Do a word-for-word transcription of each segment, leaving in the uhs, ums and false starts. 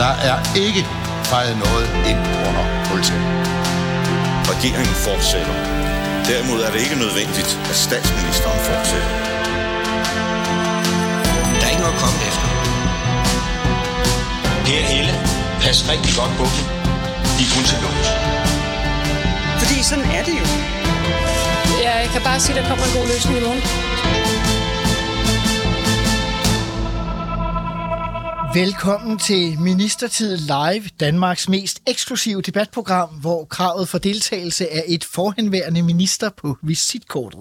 Der er ikke fejret noget ind under politiet. Regeringen fortsætter. Derimod er det ikke nødvendigt, at statsministeren fortsætter. Der er ikke noget at komme efter. Per Helle, pas rigtig godt på dem. De er kun til lås. Fordi sådan er det jo. Ja, jeg kan bare sige, at der kommer en god løsning i morgen. Velkommen til Ministertid Live, Danmarks mest eksklusive debatprogram, hvor kravet for deltagelse er et forhenværende minister på visitkortet.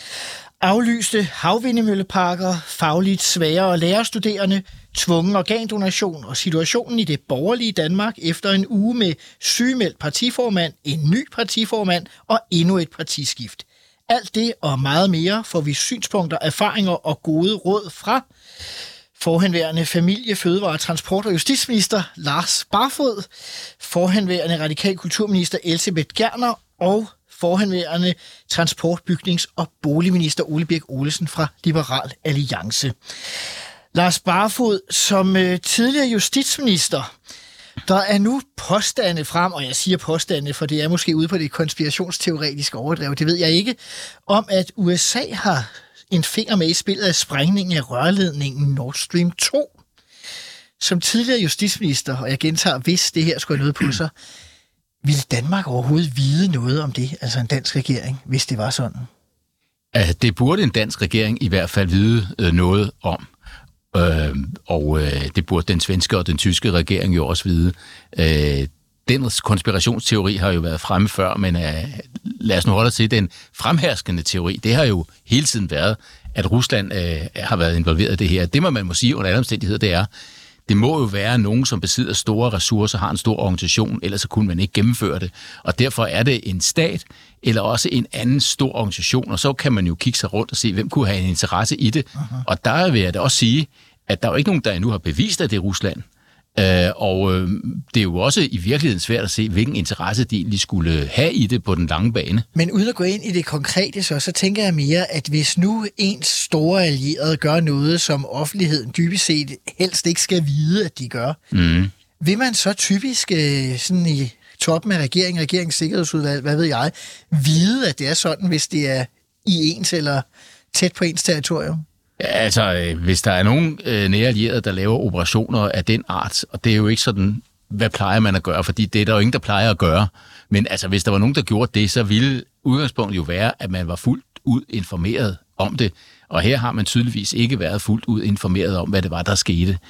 Aflyste havvindemølleparker, fagligt svagere lærerstuderende, tvungen organdonation og situationen i det borgerlige Danmark efter en uge med sygemeldt partiformand, en ny partiformand og endnu et partiskift. Alt det og meget mere får vi synspunkter, erfaringer og gode råd fra forhenværende familie-, fødevare-, transport- og justitsminister Lars Barfoed, forhenværende radikal kulturminister Elsebeth Gerner og forhenværende transport-, bygnings- og boligminister Ole Birk Olesen fra Liberal Alliance. Lars Barfoed, som øh, tidligere justitsminister, der er nu påstande frem, og jeg siger påstande, for det er måske ude på det konspirationsteoretiske overdrev, det ved jeg ikke, om at U S A har en finger med i spillet af sprængningen af rørledningen Nord Stream to. Som tidligere justitsminister, og jeg gentager, hvis det her skulle have noget på sig, ville Danmark overhovedet vide noget om det, altså en dansk regering, hvis det var sådan? Det burde en dansk regering i hvert fald vide noget om. Øh, og øh, det burde den svenske og den tyske regering jo også vide. Øh, den konspirationsteori har jo været fremme før, men øh, lad os nu holde os til den fremherskende teori. Det har jo hele tiden været, at Rusland øh, har været involveret i det her. Det, man må sige under alle omstændigheder, det er, det må jo være nogen, som besidder store ressourcer, har en stor organisation, ellers så kunne man ikke gennemføre det. Og derfor er det en stat, eller også en anden stor organisation, og så kan man jo kigge sig rundt og se, hvem kunne have en interesse i det. Uh-huh. Og der vil jeg da også sige, at der er jo ikke nogen, der endnu har bevist, at det er Rusland. Uh, og uh, det er jo også i virkeligheden svært at se, hvilken interesse de egentlig skulle have i det på den lange bane. Men uden at gå ind i det konkrete, så, så tænker jeg mere, at hvis nu ens store allierede gør noget, som offentligheden dybest set helst ikke skal vide, at de gør, mm. vil man så typisk uh, sådan i toppen af regeringen, regeringens sikkerhedsudvalg, hvad ved jeg, vide, at det er sådan, hvis det er i ens eller tæt på ens territorium? Ja, altså, hvis der er nogen øh, nære allierede, der laver operationer af den art, og det er jo ikke sådan, hvad plejer man at gøre, fordi det er der jo ingen, der plejer at gøre. Men altså, hvis der var nogen, der gjorde det, så ville udgangspunktet jo være, at man var fuldt ud informeret om det. Og her har man tydeligvis ikke været fuldt ud informeret om, hvad det var, der skete.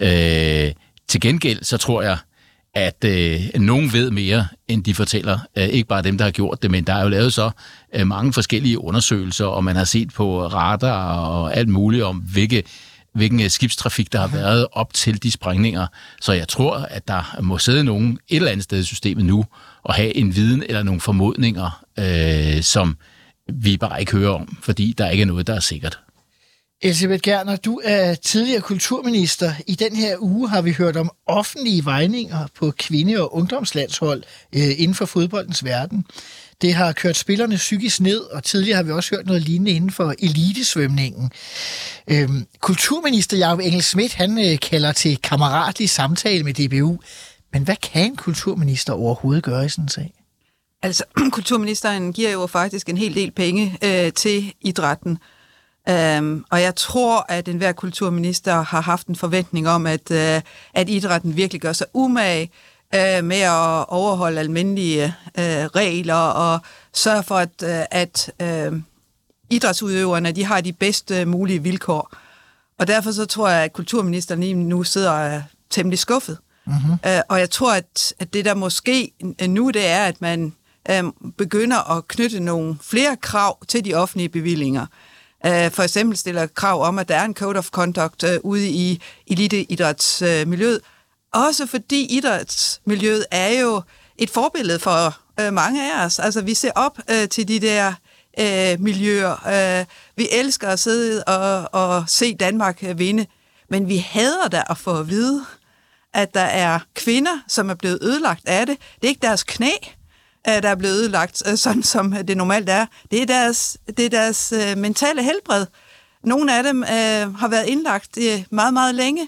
Øh, til gengæld, så tror jeg, at øh, nogen ved mere, end de fortæller. Øh, ikke bare dem, der har gjort det, men der er jo lavet så øh, mange forskellige undersøgelser, og man har set på radar og alt muligt om, hvilke, hvilken skibstrafik, der har været op til de sprængninger. Så jeg tror, at der må sidde nogen et eller andet sted i systemet nu, og have en viden eller nogle formodninger, øh, som vi bare ikke hører om, fordi der ikke er noget, der er sikkert. Elsebeth Gerner, du er tidligere kulturminister. I den her uge har vi hørt om offentlige vejninger på kvinde- og ungdomslandshold øh, inden for fodboldens verden. Det har kørt spillerne psykisk ned, og tidligere har vi også hørt noget lignende inden for elitesvømningen. Øhm, kulturminister Jakob Engel-Schmidt, han øh, kalder til kammeratlig samtale med D B U. Men hvad kan en kulturminister overhovedet gøre i sådan en sag? Altså, kulturministeren giver jo faktisk en hel del penge øh, til idrætten. Um, og jeg tror, at enhver kulturminister har haft en forventning om, at, uh, at idrætten virkelig gør sig umage uh, med at overholde almindelige uh, regler og sørge for, at, uh, at uh, idrætsudøverne de har de bedste mulige vilkår. Og derfor så tror jeg, at kulturministeren lige nu sidder og er temmelig skuffet. Mm-hmm. Uh, og jeg tror, at, at det der måske nu, det er, at man uh, begynder at knytte nogle flere krav til de offentlige bevillinger. For eksempel stiller krav om, at der er en code of conduct uh, ude i eliteidrætsmiljøet. Uh, Også fordi idrætsmiljøet er jo et forbillede for uh, mange af os. Altså, vi ser op uh, til de der uh, miljøer. Uh, vi elsker at sidde og, og se Danmark uh, vinde. Men vi hader da at få at vide, at der er kvinder, som er blevet ødelagt af det. Det er ikke deres knæ, der er blevet ødelagt, sådan som det normalt er. Det er deres, det er deres uh, mentale helbred. Nogle af dem uh, har været indlagt uh, meget, meget længe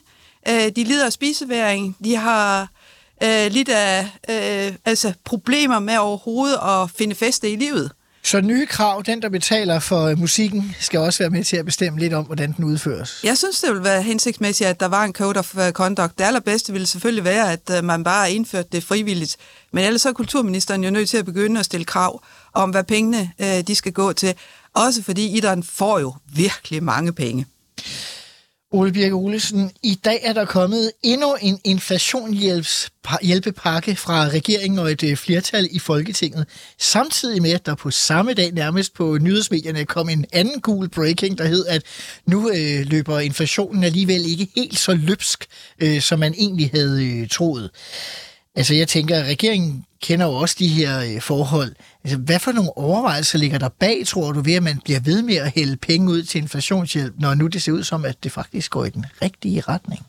Øh, de lider af spiseværing. De har øh, lidt af øh, altså problemer med overhovedet at finde fæste i livet. Så nye krav, den der betaler for musikken, skal også være med til at bestemme lidt om, hvordan den udføres? Jeg synes, det ville være hensigtsmæssigt, at der var en code of conduct. Det allerbedste ville selvfølgelig være, at man bare indførte det frivilligt. Men ellers så er kulturministeren jo nødt til at begynde at stille krav om, hvad pengene øh, de skal gå til. Også fordi idrætten får jo virkelig mange penge. Ole Birk Olesen, i dag er der kommet endnu en inflationshjælpepakke fra regeringen og et flertal i Folketinget. Samtidig med, at der på samme dag nærmest på nyhedsmedierne kom en anden gul breaking, der hed, at nu øh, løber inflationen alligevel ikke helt så løbsk, øh, som man egentlig havde øh, troet. Altså jeg tænker, at regeringen kender jo også de her øh, forhold. Altså, hvad for nogle overvejelser ligger der bag, tror du, ved at man bliver ved med at hælde penge ud til inflationshjælp, når nu det ser ud som, at det faktisk går i den rigtige retning?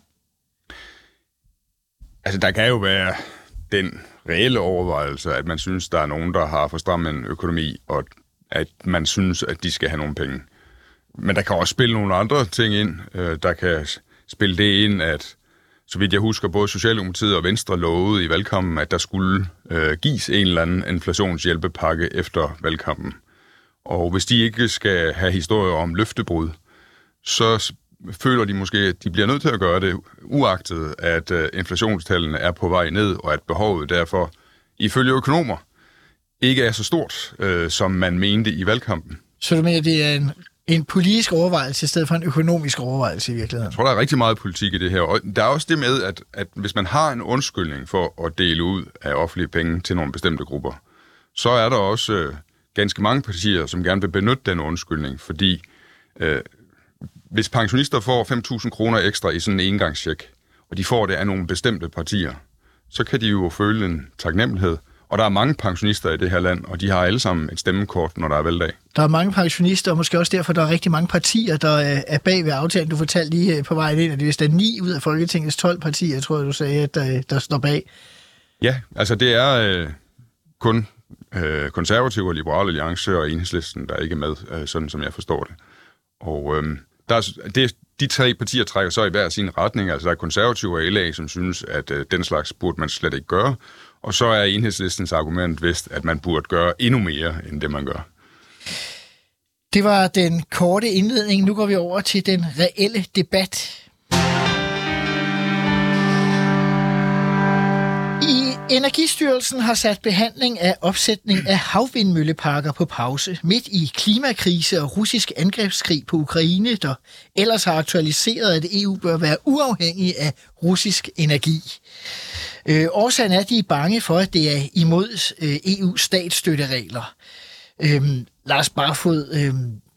Altså der kan jo være den reelle overvejelse, at man synes, der er nogen, der har for stram en økonomi, og at man synes, at de skal have nogle penge. Men der kan også spille nogle andre ting ind. Der kan spille det ind, at så vidt jeg husker, både Socialdemokratiet og Venstre lovede i valgkampen, at der skulle øh, gives en eller anden inflationshjælpepakke efter valgkampen. Og hvis de ikke skal have historier om løftebrud, så føler de måske, at de bliver nødt til at gøre det, uagtet at øh, inflationstallene er på vej ned, og at behovet derfor, ifølge økonomer, ikke er så stort, øh, som man mente i valgkampen. Så du mener, det er en En politisk overvejelse i stedet for en økonomisk overvejelse i virkeligheden? Jeg tror, der er rigtig meget politik i det her. Og der er også det med, at, at hvis man har en undskyldning for at dele ud af offentlige penge til nogle bestemte grupper, så er der også øh, ganske mange partier, som gerne vil benytte den undskyldning, fordi øh, hvis pensionister får fem tusind kroner ekstra i sådan en engangscheck, og de får det af nogle bestemte partier, så kan de jo føle en taknemmelighed. Og der er mange pensionister i det her land, og de har alle sammen et stemmekort, når der er valgdag. Der er mange pensionister, og måske også derfor, der er rigtig mange partier, der er bag ved aftalen. Du fortalte lige på vejen ind, at det er ni ud af Folketingets tolv partier, tror jeg, du sagde, der, der står bag. Ja, altså det er øh, kun øh, konservative og Liberale Alliance og Enhedslisten, der er ikke med, øh, sådan som jeg forstår det. Og øh, der er, det, de tre partier trækker så i hver sin retning. Altså der er konservative og L A, som synes, at øh, den slags burde man slet ikke gøre. Og så er Enhedslistens argument vist, at man burde gøre endnu mere, end det man gør. Det var den korte indledning. Nu går vi over til den reelle debat. I Energistyrelsen har sat behandling af opsætning af havvindmølleparker på pause midt i klimakrise og russisk angrebskrig på Ukraine, der ellers har aktualiseret, at E U bør være uafhængig af russisk energi. Øh, årsagen er, at de er bange for, at det er imod øh, E U's statsstøtteregler. Øh, Lars Barfod, øh,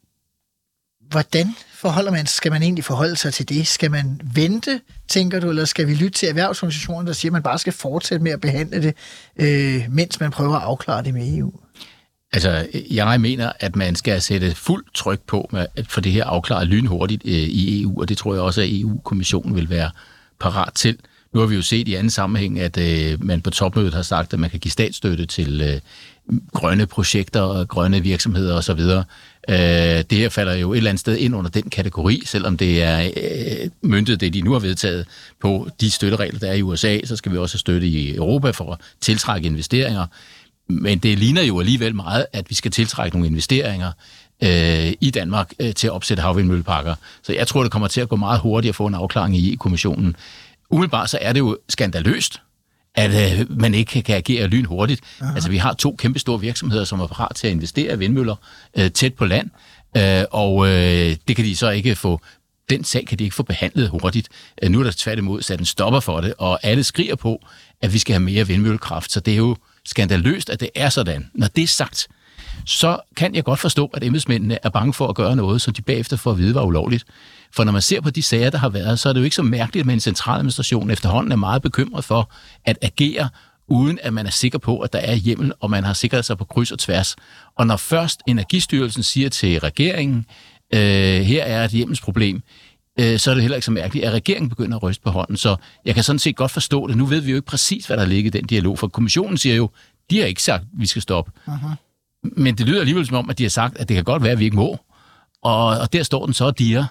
hvordan forholder man, skal man egentlig forholde sig til det? Skal man vente, tænker du, eller skal vi lytte til erhvervsorganisationen, der siger, at man bare skal fortsætte med at behandle det, øh, mens man prøver at afklare det med E U? Altså, jeg mener, at man skal sætte fuld tryk på med at få det her afklaret lynhurtigt øh, i E U, og det tror jeg også, at E U-kommissionen vil være parat til. Nu har vi jo set i anden sammenhæng, at øh, man på topmødet har sagt, at man kan give statsstøtte til øh, grønne projekter og grønne virksomheder osv. Øh, det her falder jo et eller andet sted ind under den kategori, selvom det er øh, myntet, det de nu har vedtaget på de støtteregler, der er i U S A, så skal vi også have støtte i Europa for at tiltrække investeringer. Men det ligner jo alligevel meget, at vi skal tiltrække nogle investeringer øh, i Danmark øh, til at opsætte havvindmølleparker. Så jeg tror, det kommer til at gå meget hurtigt at få en afklaring i E-kommissionen. Umiddelbart så er det jo skandaløst, at øh, man ikke kan agere lynhurtigt. Aha. Altså vi har to kæmpe store virksomheder, som er parat til at investere i vindmøller øh, tæt på land, øh, og øh, det kan de så ikke få, den sag kan de ikke få behandlet hurtigt. Øh, nu er der tværtimod sat en stopper for det, og alle skriger på, at vi skal have mere vindmøllekraft, så det er jo skandaløst, at det er sådan. Når det er sagt, så kan jeg godt forstå, at embedsmændene er bange for at gøre noget, som de bagefter får at vide var ulovligt. For når man ser på de sager, der har været, så er det jo ikke så mærkeligt, at en centraladministration efterhånden er meget bekymret for at agere, uden at man er sikker på, at der er hjemmel, og man har sikret sig på kryds og tværs. Og når først Energistyrelsen siger til regeringen, øh, her er et hjemmelsproblem, øh, så er det heller ikke så mærkeligt, at regeringen begynder at ryste på hånden. Så jeg kan sådan set godt forstå det. Nu ved vi jo ikke præcis, hvad der ligger i den dialog, for kommissionen siger jo, de har ikke sagt, at vi skal stoppe. Uh-huh. Men det lyder alligevel som om, at de har sagt, at det kan godt være, at vi ikke må. Og, og der står den så og dirrer.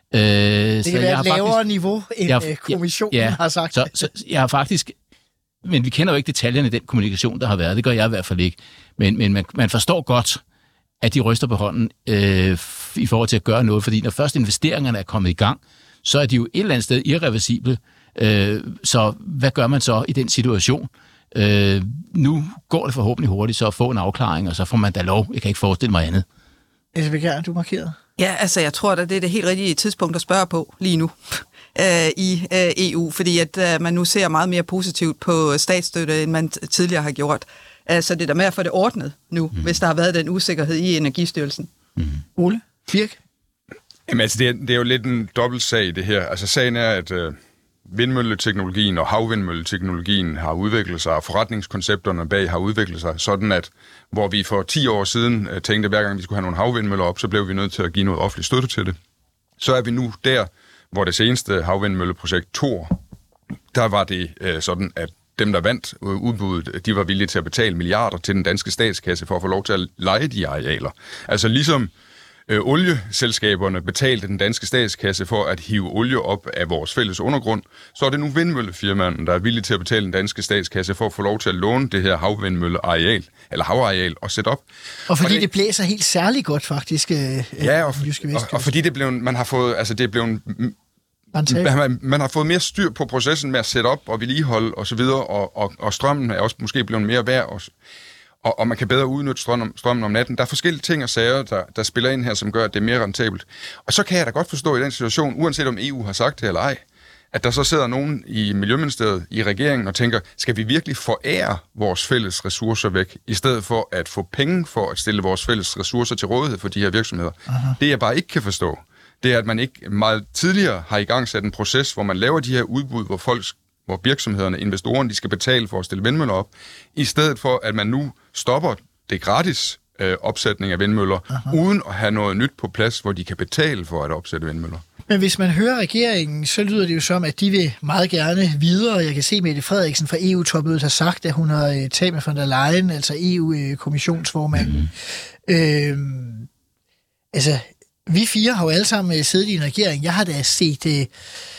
Øh, det kan være et lavere faktisk, niveau, end jeg, kommissionen ja, har sagt. Så, så jeg har faktisk... Men vi kender jo ikke detaljerne i den kommunikation, der har været. Det gør jeg i hvert fald ikke. Men, men man, man forstår godt, at de ryster på hånden øh, i forhold til at gøre noget. Fordi når først investeringerne er kommet i gang, så er de jo et eller andet sted irreversible. Øh, så hvad gør man så i den situation? Øh, nu går det forhåbentlig hurtigt så at få en afklaring, og så får man da lov. Jeg kan ikke forestille mig andet. S V G, du markeret? Ja, altså jeg tror, at det er det helt rigtige tidspunkt at spørge på lige nu øh, i øh, E U, fordi at øh, man nu ser meget mere positivt på statsstøtte, end man t- tidligere har gjort. Altså det er der med at få det ordnet nu, mm. hvis der har været den usikkerhed i Energistyrelsen. Mm. Ole? Birk? Jamen altså, det er, det er jo lidt en dobbelt sag, det her. Altså sagen er, at øh, vindmølleteknologien og havvindmølleteknologien har udviklet sig, og forretningskoncepterne bag har udviklet sig, sådan at hvor vi for ti år siden øh, tænkte, at hver gang vi skulle have nogle havvindmøller op, så blev vi nødt til at give noget offentlig støtte til det. Så er vi nu der, hvor det seneste havvindmølleprojekt Thor, der var det øh, sådan, at dem, der vandt udbuddet, de var villige til at betale milliarder til den danske statskasse for at få lov til at leje de arealer. Altså ligesom øh, olieselskaberne betalte den danske statskasse for at hive olie op af vores fælles undergrund, så er det nu vindmøllefirmaen, der er villige til at betale den danske statskasse for at få lov til at låne det her havvindmølleareal, eller havareal, og sætte op. Og fordi og det, det blæser helt særligt godt, faktisk. Øh, ja, og, og, og fordi det blev, man har fået, altså det er blevet... Man, man har fået mere styr på processen med at sætte op og vedligeholde og så videre, og, og, og strømmen er også måske blevet mere værd, og, og, og man kan bedre udnytte strømmen, strømmen om natten. Der er forskellige ting og sager, der, der spiller ind her, som gør, at det er mere rentabelt. Og så kan jeg da godt forstå i den situation, uanset om E U har sagt det eller ej, at der så sidder nogen i Miljøministeriet, i regeringen, og tænker, skal vi virkelig forære vores fælles ressourcer væk, i stedet for at få penge for at stille vores fælles ressourcer til rådighed for de her virksomheder? Aha. Det jeg bare ikke kan forstå, det er, at man ikke meget tidligere har i gang sat en proces, hvor man laver de her udbud, hvor folk, hvor virksomhederne, investorerne, de skal betale for at stille vindmøller op, i stedet for, at man nu stopper det gratis øh, opsætning af vindmøller, aha, uden at have noget nyt på plads, hvor de kan betale for at opsætte vindmøller. Men hvis man hører regeringen, så lyder det jo som, at de vil meget gerne videre. Jeg kan se, at Mette Frederiksen fra E U-topmødet har sagt, at hun har talt med von der Leyen, altså E U-kommissionsformanden. Mm. Øh, altså... Vi fire har jo alle sammen siddet i en regering. Jeg har da set, øh,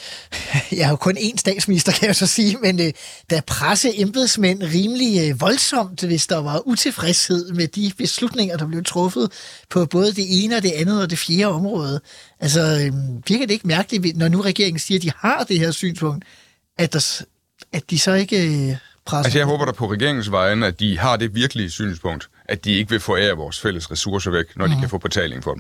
jeg har jo kun én statsminister, kan jeg så sige, men øh, der presse embedsmænd rimelig øh, voldsomt, hvis der var utilfredshed med de beslutninger, der blev truffet på både det ene og det andet og det fjerde område. Altså, øh, virker det ikke mærkeligt, når nu regeringen siger, at de har det her synspunkt, at, der, at de så ikke øh, presser? Altså, jeg håber da på regeringens vegne, at de har det virkelige synspunkt, at de ikke vil forære vores fælles ressourcer væk, når mm. de kan få betaling for dem.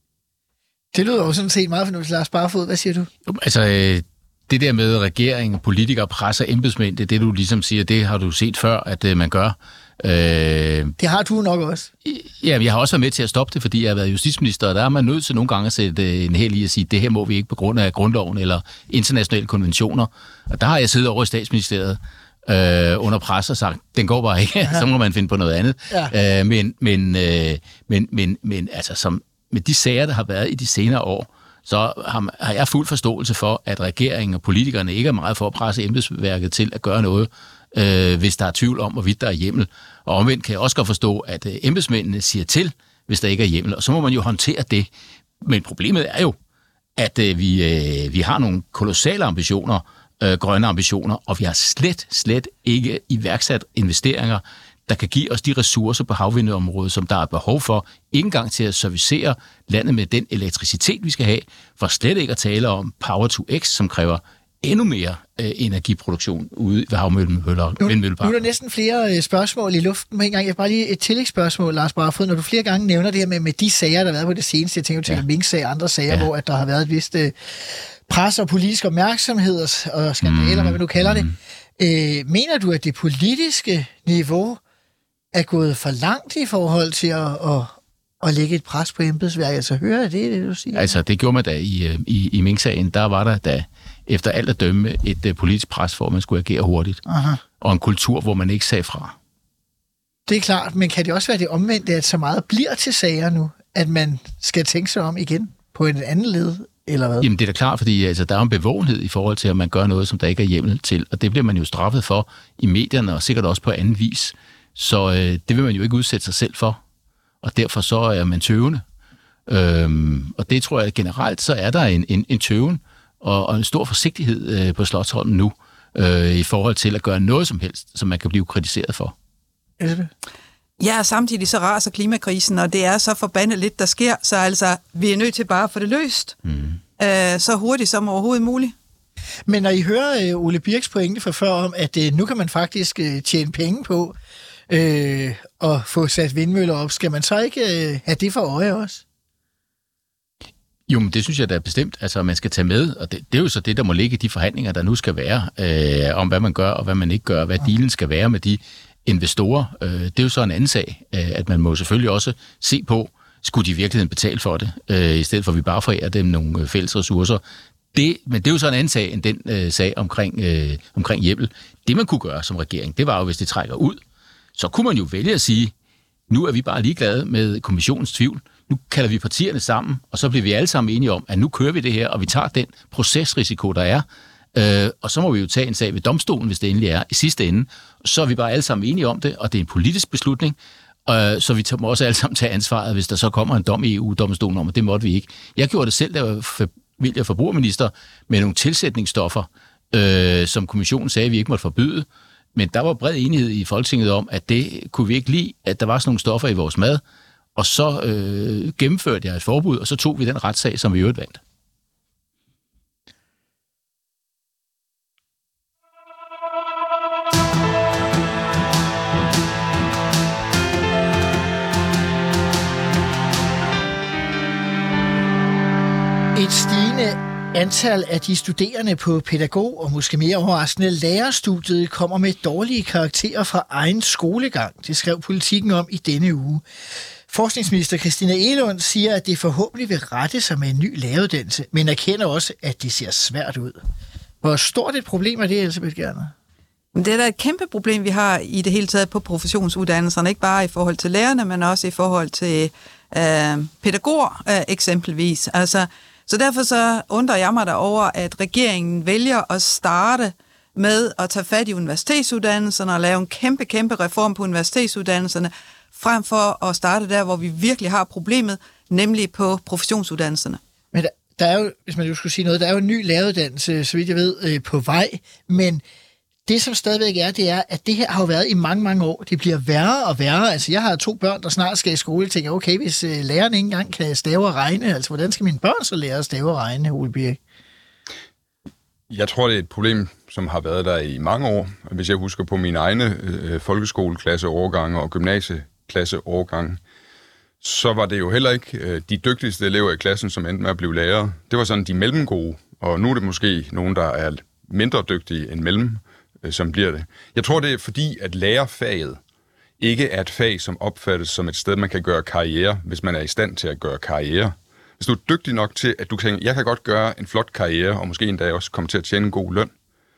Det lyder jo sådan set meget fornuftigt, Lars Barfod. Hvad siger du? Altså, det der med regering, politikere, presser, embedsmænd, det er det, du ligesom siger, det har du set før, at man gør. Øh, det har du nok også. Ja, jeg har også været med til at stoppe det, fordi jeg har været justitsminister, og der er man nødt til nogle gange at sætte en hel i at sige, det her må vi ikke på grund af grundloven eller internationale konventioner. Og der har jeg siddet over i statsministeriet øh, under pres og sagt, den går bare ikke, så må man finde på noget andet. Ja. Øh, men, men, øh, men, men, men altså som med de sager, der har været i de senere år, så har, har jeg fuld forståelse for, at regeringen og politikerne ikke er meget for at presse embedsværket til at gøre noget, øh, hvis der er tvivl om, hvorvidt der er hjemmel. Og omvendt kan jeg også godt forstå, at øh, embedsmændene siger til, hvis der ikke er hjemmel, og så må man jo håndtere det. Men problemet er jo, at øh, vi, øh, vi har nogle kolossale ambitioner, øh, grønne ambitioner, og vi har slet, slet ikke iværksat investeringer, der kan give os de ressourcer på havvindområdet, som der er behov for, ikke engang til at servicere landet med den elektricitet, vi skal have, for slet ikke at tale om Power to X, som kræver endnu mere øh, energiproduktion ude ved havvindmøller og vindmølleparker. Nu er der næsten flere øh, spørgsmål i luften på en gang. Jeg har bare lige et tillægsspørgsmål, Lars Barfod. Når du flere gange nævner det her med, med de sager, der har været på det seneste, jeg tænker til ja. Mink-sag og andre sager, ja. hvor at der har været et vist øh, pres og politisk opmærksomhed og, og skandaler, mm. hvad man nu kalder mm. det. Øh, mener du, at det politiske niveau er gået for langt i forhold til at, at, at lægge et pres på embedsværket? Altså, hører jeg det, det du siger? Altså, det gjorde man da i, i, i Mink-sagen. Der var der da efter alt at dømme et uh, politisk pres for, at man skulle agere hurtigt. Aha. Og en kultur, hvor man ikke sagde fra. Det er klart, men kan det også være det omvendte, at så meget bliver til sager nu, at man skal tænke sig om igen på en anden led, eller hvad? Jamen, det er da klart, fordi altså, der er en bevågenhed i forhold til, at man gør noget, som der ikke er hjemmel til. Og det bliver man jo straffet for i medierne, og sikkert også på anden vis. Så øh, det vil man jo ikke udsætte sig selv for, og derfor så er man tøvende. Øhm, og det tror jeg generelt, så er der en, en, en tøven og, og en stor forsigtighed øh, på Slotsholmen nu, øh, i forhold til at gøre noget som helst, som man kan blive kritiseret for. Ja, og samtidig så raser klimakrisen, og det er så forbandet lidt, der sker, så altså, vi er nødt til bare at få det løst, mm. øh, så hurtigt som overhovedet muligt. Men når I hører øh, Ole Birks pointe fra før om, at øh, nu kan man faktisk øh, tjene penge på øh, og få sat vindmøller op, skal man så ikke øh, have det for øje også? Jo, men det synes jeg, der er bestemt, altså man skal tage med, og det, det er jo så det, der må ligge i de forhandlinger, der nu skal være, øh, om hvad man gør og hvad man ikke gør, hvad dealen skal være med de investorer. Øh, det er jo så en anden sag, øh, at man må selvfølgelig også se på, skulle de i virkeligheden betale for det, øh, i stedet for at vi bare forærer dem nogle øh, fælles ressourcer. Det, men det er jo så en anden sag end den øh, sag omkring, øh, omkring hjemmel. Det man kunne gøre som regering, det var jo, hvis det trækker ud, så kunne man jo vælge at sige, nu er vi bare ligeglade med kommissionens tvivl, nu kalder vi partierne sammen, og så bliver vi alle sammen enige om, at nu kører vi det her, og vi tager den procesrisiko, der er, øh, og så må vi jo tage en sag ved domstolen, hvis det endelig er, i sidste ende. Så er vi bare alle sammen enige om det, og det er en politisk beslutning, øh, så vi må også alle sammen tage ansvaret, hvis der så kommer en dom i E U-domstolen om, og det måtte vi ikke. Jeg gjorde det selv, da jeg var familie- og forbrugerminister, med nogle tilsætningsstoffer, øh, som kommissionen sagde, at vi ikke måtte forbyde, men der var bred enighed i Folketinget om, at det kunne vi ikke lide, at der var sådan nogle stoffer i vores mad, og så øh, gennemførte jeg et forbud, og så tog vi den retssag, som vi jo vandt. Et stigende antal af de studerende på pædagog- og måske mere overraskende lærerstudiet kommer med dårlige karakterer fra egen skolegang. Det skrev Politikken om i denne uge. Forskningsminister Christina Egelund siger, at det forhåbentlig vil rette sig med en ny læreruddannelse, men erkender også, at det ser svært ud. Hvor stort et problem er det, Elsebeth Gerner? Det er da et kæmpe problem, vi har i det hele taget på professionsuddannelserne, ikke bare i forhold til lærerne, men også i forhold til øh, pædagoger øh, eksempelvis. Altså, så derfor så undrer jeg mig derover, at regeringen vælger at starte med at tage fat i universitetsuddannelserne og lave en kæmpe, kæmpe reform på universitetsuddannelserne, frem for at starte der, hvor vi virkelig har problemet, nemlig på professionsuddannelserne. Men der, der er jo, hvis man jo skulle sige noget, der er jo en ny læreruddannelse, så vidt jeg ved, øh, på vej, men det, som stadigvæk er, det er, at det her har jo været i mange, mange år. Det bliver værre og værre. Altså, jeg har to børn, der snart skal i skole. Jeg tænker, okay, hvis øh, læreren ikke engang kan stave og regne, altså, hvordan skal mine børn så lære at stave og regne, Ole Birk? Jeg tror, det er et problem, som har været der i mange år. Hvis jeg husker på mine egne øh, folkeskoleklasseårgange og gymnasieklasseårgange, så var det jo heller ikke øh, de dygtigste elever i klassen, som endte med at blive lærere. Det var sådan de mellemgode, og nu er det måske nogen, der er mindre dygtige end mellem, øh, som bliver det. Jeg tror, det er fordi, at lærerfaget ikke er et fag, som opfattes som et sted, man kan gøre karriere, hvis man er i stand til at gøre karriere. Hvis du er dygtig nok til, at du kan, jeg kan godt gøre en flot karriere, og måske endda også komme til at tjene en god løn,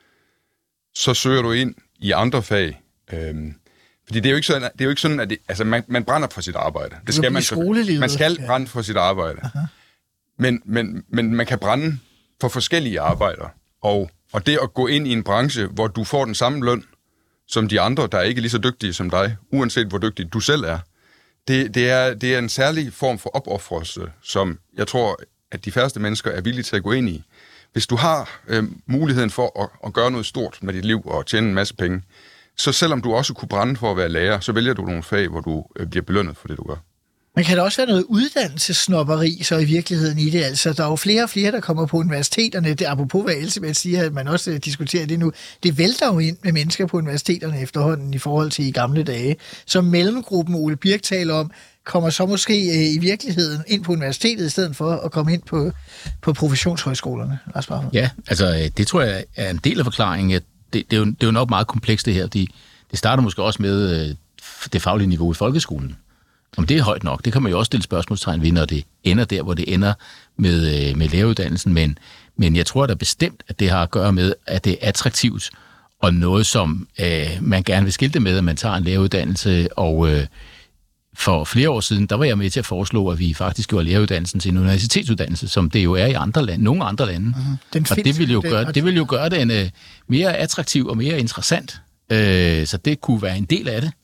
så søger du ind i andre fag. Øhm, fordi det er jo ikke sådan, det er jo ikke sådan at det, altså man, man brænder for sit arbejde. Det skal man, man skal brænde for sit arbejde. Men, men, men man kan brænde for forskellige arbejder. Og, og det at gå ind i en branche, hvor du får den samme løn, som de andre, der er ikke lige så dygtige som dig, uanset hvor dygtig du selv er, Det, det, er, det er en særlig form for opoffrelse, som jeg tror, at de færreste mennesker er villige til at gå ind i. Hvis du har øh, muligheden for at, at gøre noget stort med dit liv og tjene en masse penge, så selvom du også kunne brænde for at være lærer, så vælger du nogle fag, hvor du øh, bliver belønnet for det, du gør. Men kan der også være noget uddannelsessnobberi så i virkeligheden i det? Altså, der er jo flere og flere, der kommer på universiteterne. Det, apropos hvad Elsebeth siger, at man også diskuterer det nu. Det vælter jo ind med mennesker på universiteterne efterhånden i forhold til i gamle dage. Så mellemgruppen, Ole Birk taler om, kommer så måske øh, i virkeligheden ind på universitetet, i stedet for at komme ind på, på professionshøjskolerne. Ja, altså det tror jeg er en del af forklaringen. Det, det, er, jo, det er jo nok meget komplekst det her. Det, det starter måske også med øh, det faglige niveau i folkeskolen. Om det er højt nok, det kan man jo også stille spørgsmålstegn ved, når det ender der, hvor det ender med, med læreruddannelsen. Men, men jeg tror da bestemt, at det har at gøre med, at det er attraktivt, og noget, som øh, man gerne vil skilte med, at man tager en læreruddannelse. Og øh, for flere år siden, der var jeg med til at foreslå, at vi faktisk gjorde læreruddannelsen til en universitetsuddannelse, som det jo er i andre lande, nogle andre lande. Uh-huh. Og det vil jo gøre det, vil jo gøre det en, uh, mere attraktiv og mere interessant. Uh, så det kunne være en del af det.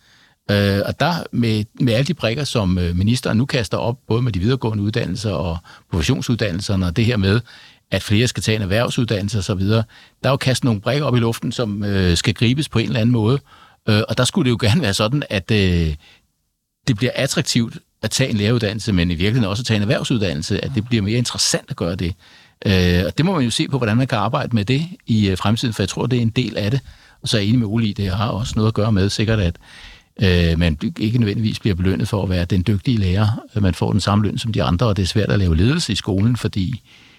Øh, og der med, med alle de brikker, som øh, ministeren nu kaster op, både med de videregående uddannelser og professionsuddannelserne, og det her med, at flere skal tage en erhvervsuddannelse osv., der er jo kastet nogle brikker op i luften, som øh, skal gribes på en eller anden måde. Øh, og der skulle det jo gerne være sådan, at øh, det bliver attraktivt at tage en læreruddannelse, men i virkeligheden også at tage en erhvervsuddannelse, at det bliver mere interessant at gøre det. Øh, og det må man jo se på, hvordan man kan arbejde med det i øh, fremtiden, for jeg tror, det er en del af det. Og så er jeg enig med Ole i, det har også noget at gøre med sikkert, at øh, man ikke nødvendigvis bliver belønnet for at være den dygtige lærer. Man får den samme løn som de andre, og det er svært at lave ledelse i skolen, fordi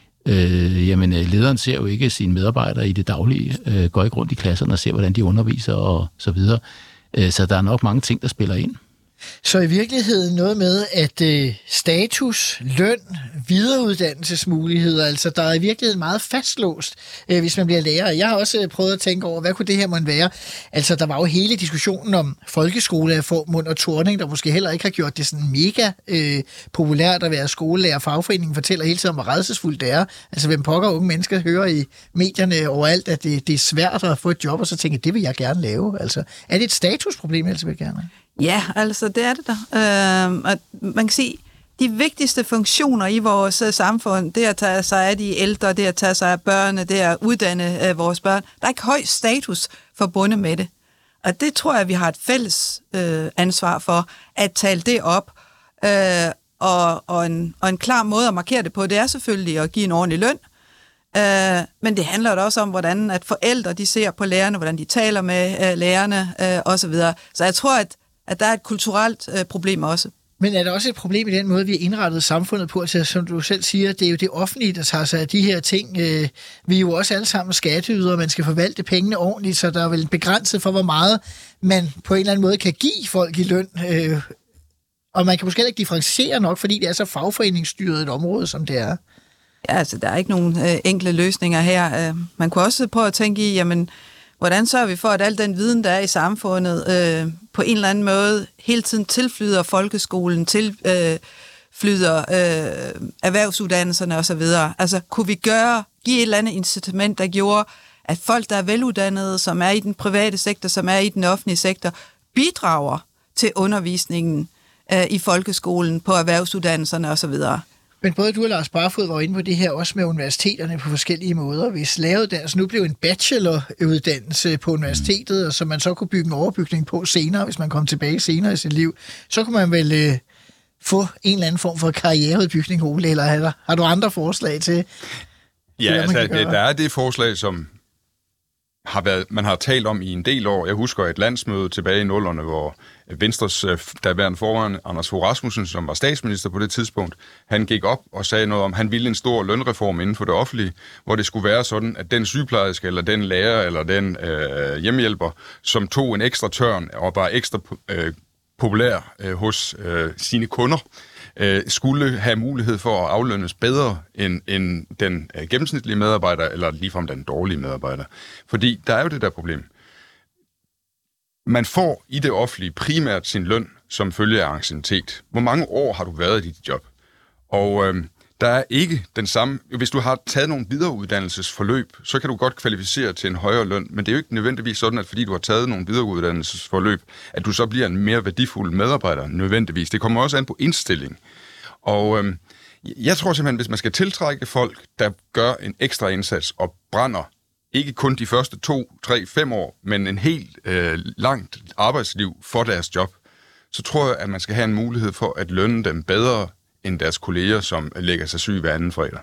øh, jamen, lederen ser jo ikke sine medarbejdere i det daglige, øh, går ikke rundt i klasserne og ser, hvordan de underviser og så videre. Øh, så der er nok mange ting, der spiller ind. Så i virkeligheden noget med, at øh, status, løn, videreuddannelsesmuligheder, altså der er i virkeligheden meget fastlåst, øh, hvis man bliver lærer. Jeg har også prøvet at tænke over, hvad kunne det her måtte være? Altså der var jo hele diskussionen om folkeskolereformen og Thorning, der måske heller ikke har gjort det sådan mega øh, populært at være skolelærer. Fagforeningen fortæller hele tiden om, hvor rædselsfuldt det er. Altså hvem pokker unge mennesker hører i medierne overalt, at det, det er svært at få et job, og så tænker det vil jeg gerne lave. Altså er det et statusproblem, altså vil jeg gerne? Ja, altså det er det der. Øh, at man kan sige, de vigtigste funktioner i vores uh, samfund, det er at tage sig af de ældre, det er at tage sig af børnene, det er at uddanne uh, vores børn. Der er ikke høj status forbundet med det. Og det tror jeg, vi har et fælles uh, ansvar for, at tale det op. Uh, og, og, en, og en klar måde at markere det på, det er selvfølgelig at give en ordentlig løn. Uh, men det handler også om, hvordan at forældre de ser på lærerne, hvordan de taler med uh, lærerne uh, osv. Så jeg tror, at at der er et kulturelt øh, problem også. Men er der også et problem i den måde, vi har indrettet samfundet på? Altså, som du selv siger, det er jo det offentlige, der tager sig af de her ting. Øh, vi er jo også alle sammen skatteydere, og man skal forvalte pengene ordentligt, så der er vel begrænset for, hvor meget man på en eller anden måde kan give folk i løn. Øh, og man kan måske ikke differentiere nok, fordi det er så fagforeningsstyret et område, som det er. Ja, altså, der er ikke nogen øh, enkle løsninger her. Øh, man kunne også prøve at tænke i, jamen, hvordan sørger vi for, at al den viden, der er i samfundet, øh, på en eller anden måde hele tiden tilflyder folkeskolen, tilflyder øh, erhvervsuddannelserne osv.? Altså, kunne vi gøre, give et eller andet incitament, der gjorde, at folk, der er veluddannede, som er i den private sektor, som er i den offentlige sektor, bidrager til undervisningen øh, i folkeskolen, på erhvervsuddannelserne osv.? Men både du og Lars Barfod var inde på det her, også med universiteterne på forskellige måder. Hvis læreruddannelsen nu blev en bacheloruddannelse på universitetet, og så man så kunne bygge en overbygning på senere, hvis man kom tilbage senere i sit liv, så kunne man vel øh, få en eller anden form for karriereudbygning, Ole, eller har, har du andre forslag til? Ja, til, altså, det, der er det forslag, som har været, man har talt om i en del år. Jeg husker et landsmøde tilbage i nullerne, hvor Venstres daværende formand, Anders Fogh Rasmussen, som var statsminister på det tidspunkt, han gik op og sagde noget om, han ville en stor lønreform inden for det offentlige, hvor det skulle være sådan, at den sygeplejerske, eller den lærer, eller den øh, hjemmehjælper, som tog en ekstra tørn og var ekstra øh, populær øh, hos øh, sine kunder, øh, skulle have mulighed for at aflønnes bedre end, end den øh, gennemsnitlige medarbejder, eller ligefrem den dårlige medarbejder. Fordi der er jo det der problem. Man får i det offentlige primært sin løn som følge af anciennitet. Hvor mange år har du været i dit job? Og øh, der er ikke den samme... Hvis du har taget nogle videreuddannelsesforløb, så kan du godt kvalificere til en højere løn, men det er jo ikke nødvendigvis sådan, at fordi du har taget nogle videreuddannelsesforløb, at du så bliver en mere værdifuld medarbejder nødvendigvis. Det kommer også an på indstilling. Og øh, jeg tror simpelthen, hvis man skal tiltrække folk, der gør en ekstra indsats og brænder ikke kun de første to, tre, fem år, men en helt øh, langt arbejdsliv for deres job, så tror jeg, at man skal have en mulighed for at lønne dem bedre end deres kolleger, som lægger sig syg hver anden fredag.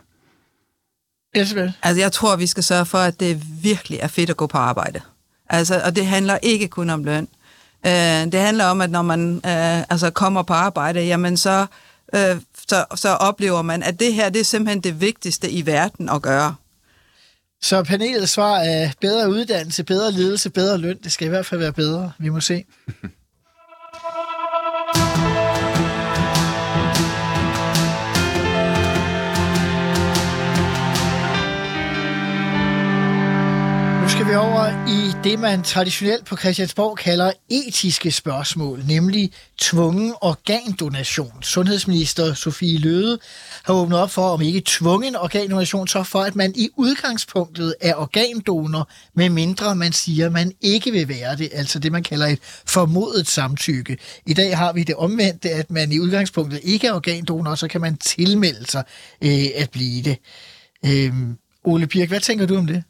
Altså, jeg tror, vi skal sørge for, at det virkelig er fedt at gå på arbejde. Altså, og det handler ikke kun om løn. Uh, det handler om, at når man uh, altså kommer på arbejde, jamen så, uh, så, så oplever man, at det her, det er simpelthen det vigtigste i verden at gøre. Så panelets svar er bedre uddannelse, bedre ledelse, bedre løn. Det skal i hvert fald være bedre. Vi må se. Nu skal vi over i det, man traditionelt på Christiansborg kalder etiske spørgsmål, nemlig tvungen organdonation. Sundhedsminister Sophie Løhde har åbnet op for, om ikke tvungen organdonation, så for, at man i udgangspunktet er organdonor, med mindre man siger, at man ikke vil være det, altså det, man kalder et formodet samtykke. I dag har vi det omvendte, at man i udgangspunktet ikke er organdonor, så kan man tilmelde sig øh, at blive det. Øh, Ole Birk, hvad tænker du om det?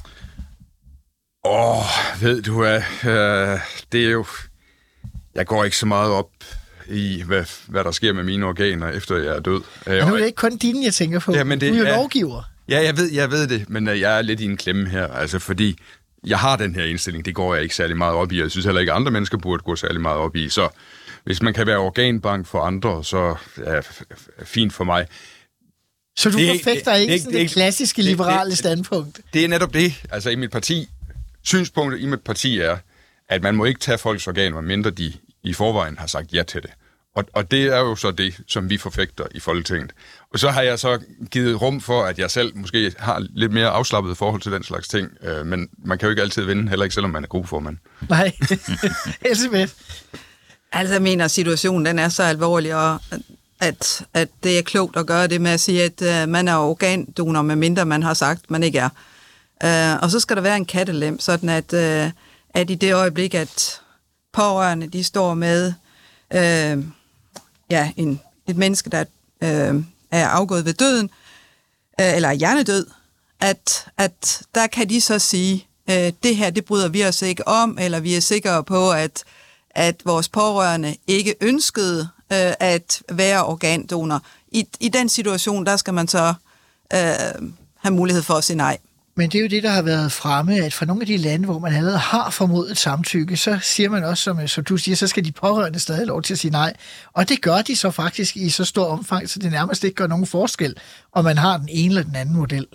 Åh, oh, ved du hvad, øh, det er jo... Jeg går ikke så meget op i, hvad, hvad der sker med mine organer, efter jeg er død. Men nu er det ikke kun dine, jeg tænker på. Ja, men det, du er jo ja, lovgiver. Ja, jeg ved, jeg ved det, men jeg er lidt i en klemme her, altså fordi jeg har den her indstilling, det går jeg ikke særlig meget op i, og jeg synes heller ikke, andre mennesker burde gå særlig meget op i, så hvis man kan være organbank for andre, så er det fint for mig. Så du det, forfægter det, ikke det, sådan det, det klassiske det, liberale det, standpunkt? Det er netop det, altså i mit parti... Synspunktet i mit parti er, at man må ikke tage folks organer, mindre de i forvejen har sagt ja til det. Og, og det er jo så det, som vi forfægter i Folketinget. Og så har jeg så givet rum for, at jeg selv måske har lidt mere afslappet forhold til den slags ting. Øh, men man kan jo ikke altid vinde, heller ikke selvom man er gruppeformand. Nej, Elsebeth. Altså, jeg mener, situationen den er så alvorlig, og at, at det er klogt at gøre det med at sige, at uh, man er organdonor, med mindre man har sagt, man ikke er. Uh, og så skal der være en kattelem, sådan at, uh, at i det øjeblik, at pårørende, de står med uh, ja, en, et menneske, der uh, er afgået ved døden, uh, eller hjernedød, at, at der kan de så sige, uh, det her, det bryder vi os ikke om, eller vi er sikre på, at, at vores pårørende ikke ønskede uh, at være organdonor. I, I den situation, der skal man så uh, have mulighed for at sige nej. Men det er jo det, der har været fremme, at for nogle af de lande, hvor man allerede har formodet samtykke, så siger man også, som, som du siger, så skal de pårørende stadig lov til at sige nej. Og det gør de så faktisk i så stor omfang, så det nærmest ikke gør nogen forskel, om man har den ene eller den anden model.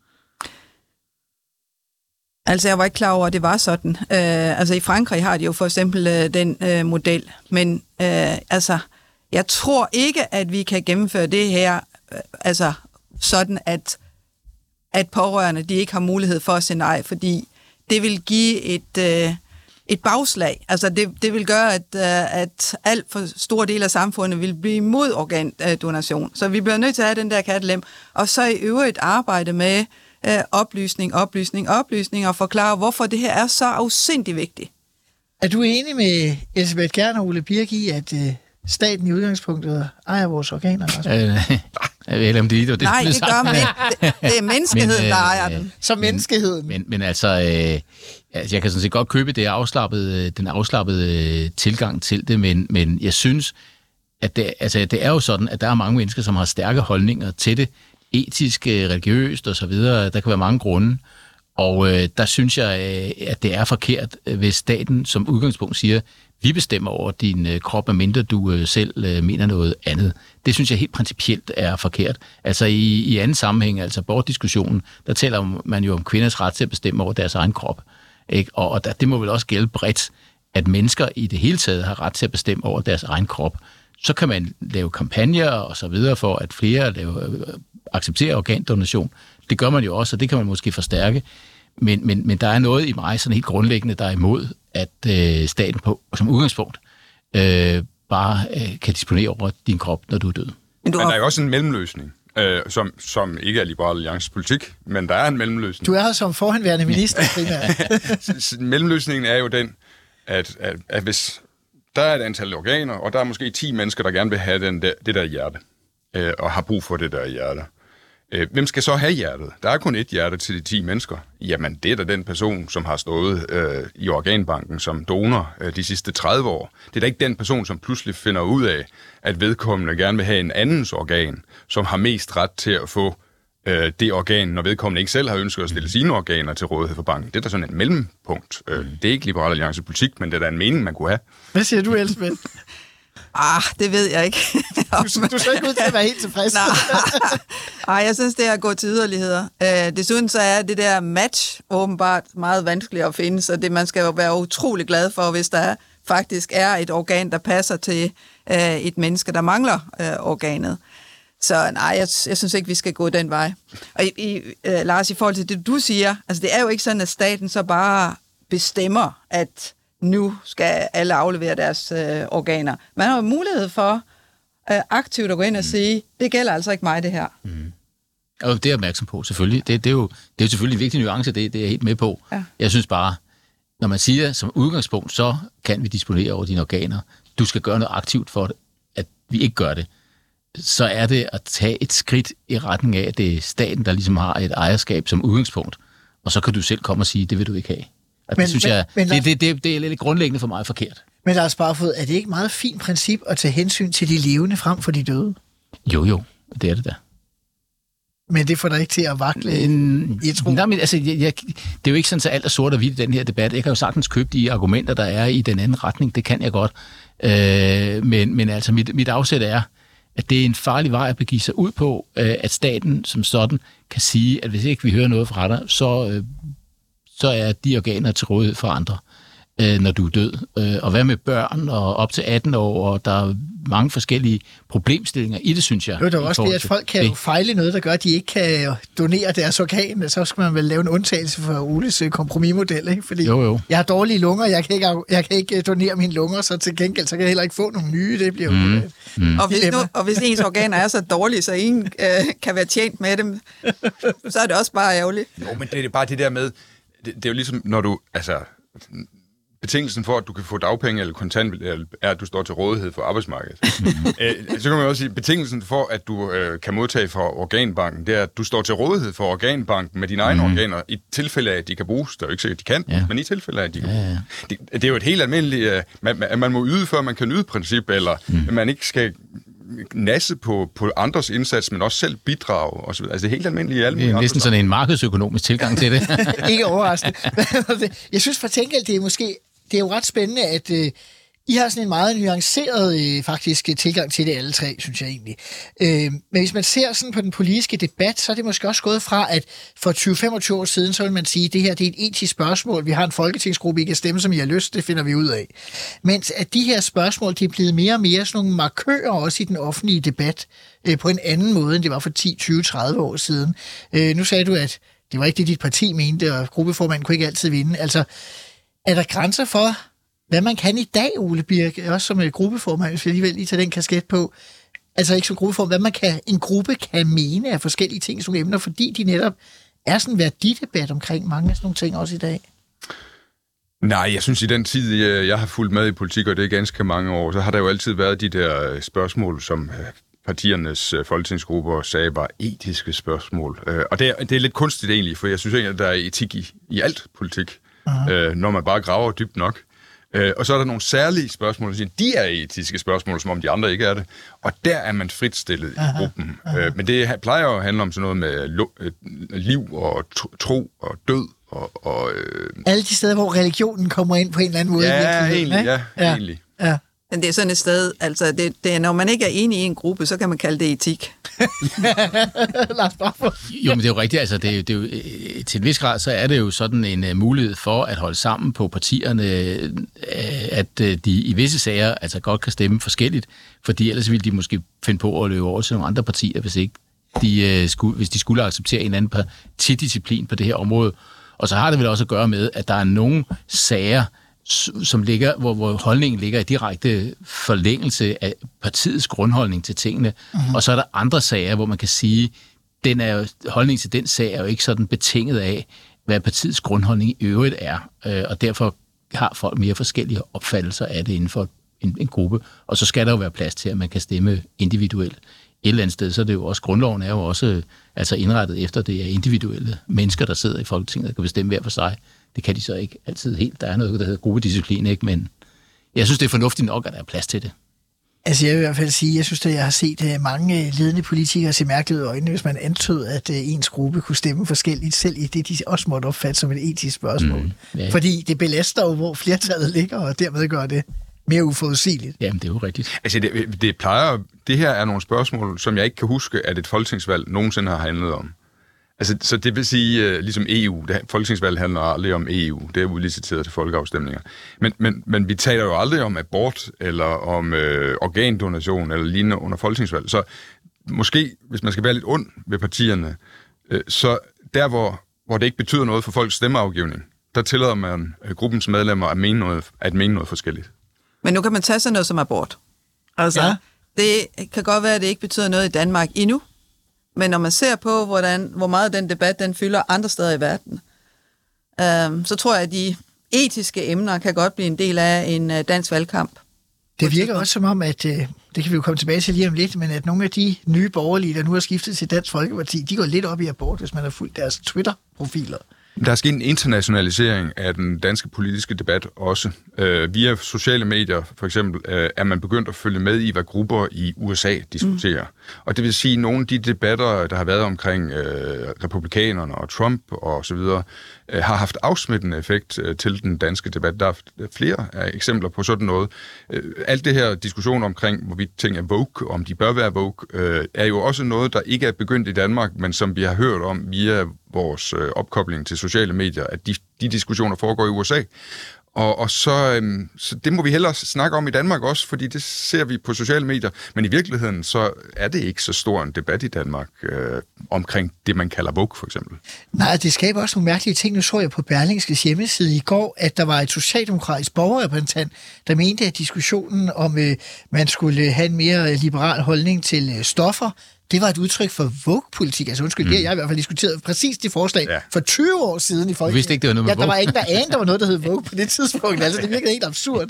Altså, jeg var ikke klar over, at det var sådan. Uh, altså, i Frankrig har de jo for eksempel uh, den uh, model, men uh, altså, jeg tror ikke, at vi kan gennemføre det her, uh, altså sådan, at at pårørende, de ikke har mulighed for at sige nej, fordi det vil give et, øh, et bagslag. Altså det, det vil gøre, at, øh, at alt for store del af samfundet vil blive imod organdonation. Så vi bliver nødt til at have den der kattelem, og så i øvrigt arbejde med øh, oplysning, oplysning, oplysning, og forklare, hvorfor det her er så afsindig vigtigt. Er du enig med Elsebeth Kjær og Ole Birk i, at øh, staten i udgangspunktet ejer vores organer? Øh, Jeg ved ikke, om det, det, Nej, det gør man ikke. Det, det er menneskeheden, men, der ejer den. Som menneskeheden. Men, men altså, øh, altså, jeg kan sådan set godt købe det afslappede, den afslappede øh, tilgang til det, men, men jeg synes, at det, altså, det er jo sådan, at der er mange mennesker, som har stærke holdninger til det, etisk, religiøst og så videre. Der kan være mange grunde. Og øh, der synes jeg, øh, at det er forkert, hvis staten som udgangspunkt siger, vi bestemmer over din øh, krop, medmindre du øh, selv øh, mener noget andet. Det synes jeg helt principielt er forkert. Altså i, i anden sammenhæng, altså abortdiskussionen, der taler man jo om kvinders ret til at bestemme over deres egen krop. Ikke? Og, og der, det må vel også gælde bredt, at mennesker i det hele taget har ret til at bestemme over deres egen krop. Så kan man lave kampagner og så videre for, at flere laver, øh, accepterer organdonation. Det gør man jo også, og det kan man måske forstærke. Men, men, men der er noget i mig sådan helt grundlæggende, der er imod, at øh, staten på, som udgangspunkt øh, bare øh, kan disponere over din krop, når du er død. Men, du har... men der er jo også en mellemløsning, øh, som, som ikke er Liberal Alliances politik, men der er en mellemløsning. Du er her som forhenværende minister, primært. Mellemløsningen er jo den, at, at, at hvis der er et antal organer, og der er måske ti mennesker, der gerne vil have den der, det der hjerte, øh, og har brug for det der hjerte. Hvem skal så have hjertet? Der er kun ét hjerte til de ti mennesker. Jamen, det er da den person, som har stået øh, i organbanken som donor øh, de sidste tredive år. Det er da ikke den person, som pludselig finder ud af, at vedkommende gerne vil have en andens organ, som har mest ret til at få øh, det organ, når vedkommende ikke selv har ønsket at stille sine organer til rådighed for banken. Det er da sådan en mellempunkt. Øh, det er ikke Liberal Alliance politik, men det er da en mening, man kunne have. Hvad siger du, Elsebeth? Ah, det ved jeg ikke. du, du ser ikke ud til at være helt tilfreds. Nej, jeg synes, det er at gå til yderligheder. Uh, desuden så er det der match åbenbart meget vanskeligt at finde, så det, man skal jo være utrolig glad for, hvis der faktisk er et organ, der passer til uh, et menneske, der mangler uh, organet. Så nej, jeg, jeg synes ikke, vi skal gå den vej. Og i, i, uh, Lars, i forhold til det, du siger, altså det er jo ikke sådan, at staten så bare bestemmer, at nu skal alle aflevere deres uh, organer. Man har jo mulighed for uh, aktivt at gå ind og sige, det gælder altså ikke mig, det her. Mm. Og det er jeg opmærksom på, selvfølgelig. Det, det, er jo, det er jo selvfølgelig en vigtig nuance, det, det er jeg helt med på. Ja. Jeg synes bare, når man siger, som udgangspunkt, så kan vi disponere over dine organer. Du skal gøre noget aktivt for, at vi ikke gør det. Så er det at tage et skridt i retning af, at det er staten, der ligesom har et ejerskab som udgangspunkt. Og så kan du selv komme og sige, det vil du ikke have. Og men, det synes men, jeg, men, det, det, det, det er lidt grundlæggende for mig forkert. Men Lars Barfoed, er det ikke meget fint princip at tage hensyn til de levende frem for de døde? Jo, jo, det er det da. Men det får dig ikke til at vakle en, i tro? Nej, men altså, jeg, jeg, det er jo ikke sådan, så alt er sort og hvidt i den her debat. Jeg kan jo sagtens købe de argumenter, der er i den anden retning. Det kan jeg godt. Øh, men, men altså, mit, mit afsæt er, at det er en farlig vej at begive sig ud på, øh, at staten som sådan kan sige, at hvis ikke vi hører noget fra dig, så, øh, så er de organer til rådighed for andre, øh, når du er død. Øh, og hvad med børn og op til atten år, og der er mange forskellige problemstillinger i det, synes jeg. Jo, der er også det, at folk kan jo fejle noget, der gør, at de ikke kan donere deres organ. Så skal man vel lave en undtagelse for Oles kompromismodel, ikke? Fordi jo, jo. jeg har dårlige lunger, jeg kan, ikke, jeg kan ikke donere mine lunger, så til gengæld så kan jeg heller ikke få nogle nye. Det bliver jo mm. Mm. Og, hvis nu, og hvis ens organer er så dårlige, så ingen øh, kan være tjent med dem, så er det også bare ærgerligt. Jo, men det er bare det der med, det, det er jo ligesom, når du, altså... Betingelsen for, at du kan få dagpenge eller kontanthjælp, er, at du står til rådighed for arbejdsmarkedet. Æ, så kan man også sige, betingelsen for, at du øh, kan modtage fra organbanken, det er, at du står til rådighed for organbanken med dine egne mm. organer, i tilfælde af, at de kan bruges. Det er jo ikke sikkert, at de kan, ja. Men i tilfælde af, at de kan bruges. Ja, ja. Det, det er jo et helt almindeligt, øh, man, man må yde, før man kan nyde princip, eller mm. man ikke skal nasse på, på andres indsats, men også selv bidrage. Og så, altså det er helt almindeligt i alle mulige. Det er næsten sådan en markedsøkonomisk tilgang til det. Ikke overraskende. Jeg synes for tænke, det er måske det er jo ret spændende, at øh, I har sådan en meget nuanceret øh, faktisk tilgang til det alle tre, synes jeg egentlig. Øh, men hvis man ser sådan på den politiske debat, så er det måske også gået fra, at for tyve til femogtyve år siden, så vil man sige, at det her det er et etisk spørgsmål. Vi har en folketingsgruppe, I kan stemme, som I har lyst, det finder vi ud af. Mens at de her spørgsmål, de er blevet mere og mere sådan nogle markører også i den offentlige debat, øh, på en anden måde, end det var for ti, tyve, tredive år siden. Øh, nu sagde du, at det var ikke det, dit parti mente, og gruppeformanden kunne ikke altid vinde. Altså, er der grænser for, hvad man kan i dag, Ole Birk, også som gruppeformand, hvis vi alligevel lige tager den kasket på, altså ikke som gruppeformand, hvad man kan, en gruppe kan mene af forskellige ting, som emner, fordi de netop er sådan en værdidebat omkring mange af sådan nogle ting også i dag? Nej, jeg synes i den tid, jeg har fulgt med i politik, og det er ganske mange år, så har der jo altid været de der spørgsmål, som partiernes folketingsgrupper sagde var etiske spørgsmål. Og det er, det er lidt kunstigt egentlig, for jeg synes ikke, at der er etik i, i alt politik. Øh, når man bare graver dybt nok. Øh, og så er der nogle særlige spørgsmål, der siger, de er etiske spørgsmål, som om de andre ikke er det. Og der er man fritstillet i gruppen. Øh, men det plejer jo at handle om sådan noget med lo- øh, liv og tro og død. Og, og, øh... alle de steder, hvor religionen kommer ind på en eller anden måde. Ja, egentlig. Ja, ja, egentlig. Ja. Men det er sådan et sted, altså det, det er, når man ikke er enig i en gruppe, så kan man kalde det etik. Lars Barfoed. Jo, men det er jo rigtigt, altså det er, det er jo, til en vis grad, så er det jo sådan en uh, mulighed for at holde sammen på partierne, uh, at uh, de i visse sager altså godt kan stemme forskelligt, fordi ellers ville de måske finde på at løbe over til nogle andre partier, hvis ikke de, uh, skulle, hvis de skulle acceptere en anden partidisciplin på det her område. Og så har det vel også at gøre med, at der er nogle sager, som ligger, hvor, hvor holdningen ligger i direkte forlængelse af partiets grundholdning til tingene. Mm-hmm. Og så er der andre sager, hvor man kan sige, den er jo, holdningen til den sag er jo ikke sådan betinget af, hvad partiets grundholdning i øvrigt er. Og derfor har folk mere forskellige opfattelser af det inden for en, en gruppe. Og så skal der jo være plads til, at man kan stemme individuelt. Et eller andet sted, så er det jo også, grundloven er jo også altså indrettet efter, det er individuelle mennesker, der sidder i Folketinget, der kan bestemme hver for sig. Det kan de så ikke altid helt. Der er noget, der hedder gruppedisciplin, ikke? Men jeg synes, det er fornuftigt nok, at der er plads til det. Altså jeg vil i hvert fald sige, jeg synes, at jeg har set mange ledende politikere se mærkeligt ud i øjnene, hvis man antød, at ens gruppe kunne stemme forskelligt, selv i det, de også måtte opfatte som et etisk spørgsmål. Mm, ja. Fordi det belaster jo, hvor flertallet ligger, og dermed gør det mere uforudsigeligt. Jamen, det er jo rigtigt. Altså, det, det plejer... Det her er nogle spørgsmål, som jeg ikke kan huske, at et folketingsvalg nogensinde har handlet om. Altså, så det vil sige, uh, ligesom E U, det, folketingsvalg handler aldrig om E U, det er udliciteret til folkeafstemninger. Men, men, men vi taler jo aldrig om abort, eller om øh, organdonation, eller lignende under folketingsvalg. Så måske, hvis man skal være lidt ond ved partierne, øh, så der, hvor, hvor det ikke betyder noget for folks stemmeafgivning, der tillader man øh, gruppens medlemmer at mene noget, at mene noget forskelligt. Men nu kan man tage sig noget som abort. Altså, ja. Det kan godt være, at det ikke betyder noget i Danmark endnu, men når man ser på, hvordan, hvor meget den debat den fylder andre steder i verden, øh, så tror jeg, at de etiske emner kan godt blive en del af en uh, dansk valgkamp. Det virker også som om, at, øh, det kan vi jo komme tilbage til lige om lidt, men at nogle af de nye borgerlige, der nu har skiftet til Dansk Folkeparti, de går lidt op i abort, hvis man har fulgt deres Twitter-profiler. Der er sket en internationalisering af den danske politiske debat også. Øh, via sociale medier, for eksempel, øh, er man begyndt at følge med i, hvad grupper i U S A diskuterer. Mm. Og det vil sige, at nogle af de debatter, der har været omkring øh, republikanerne og Trump og så videre, øh, har haft afsmittende effekt øh, til den danske debat. Der er flere eksempler på sådan noget. Øh, alt det her diskussion omkring, hvorvidt ting er woke, om de bør være woke, øh, er jo også noget, der ikke er begyndt i Danmark, men som vi har hørt om via vores øh, opkobling til sociale medier, at de, de diskussioner foregår i U S A. Og, og så, øhm, så det må vi hellere snakke om i Danmark også, fordi det ser vi på sociale medier. Men i virkeligheden, så er det ikke så stor en debat i Danmark øh, omkring det, man kalder woke, for eksempel. Nej, det skaber også nogle mærkelige ting. Nu så jeg på Berlingskes hjemmeside i går, at der var et socialdemokratisk borgerrepræsentant, der mente, at diskussionen om, øh, man skulle have en mere liberal holdning til øh, stoffer, det var et udtryk for woke-politik. Altså undskyld, mm. det jeg har i hvert fald diskuteret præcis de forslag ja. for tyve år siden i Folketinget. Du vidste ikke, det var noget med ja, der var ingen, der anede, der var noget, der hed woke på det tidspunkt. Altså, det virkede helt absurd.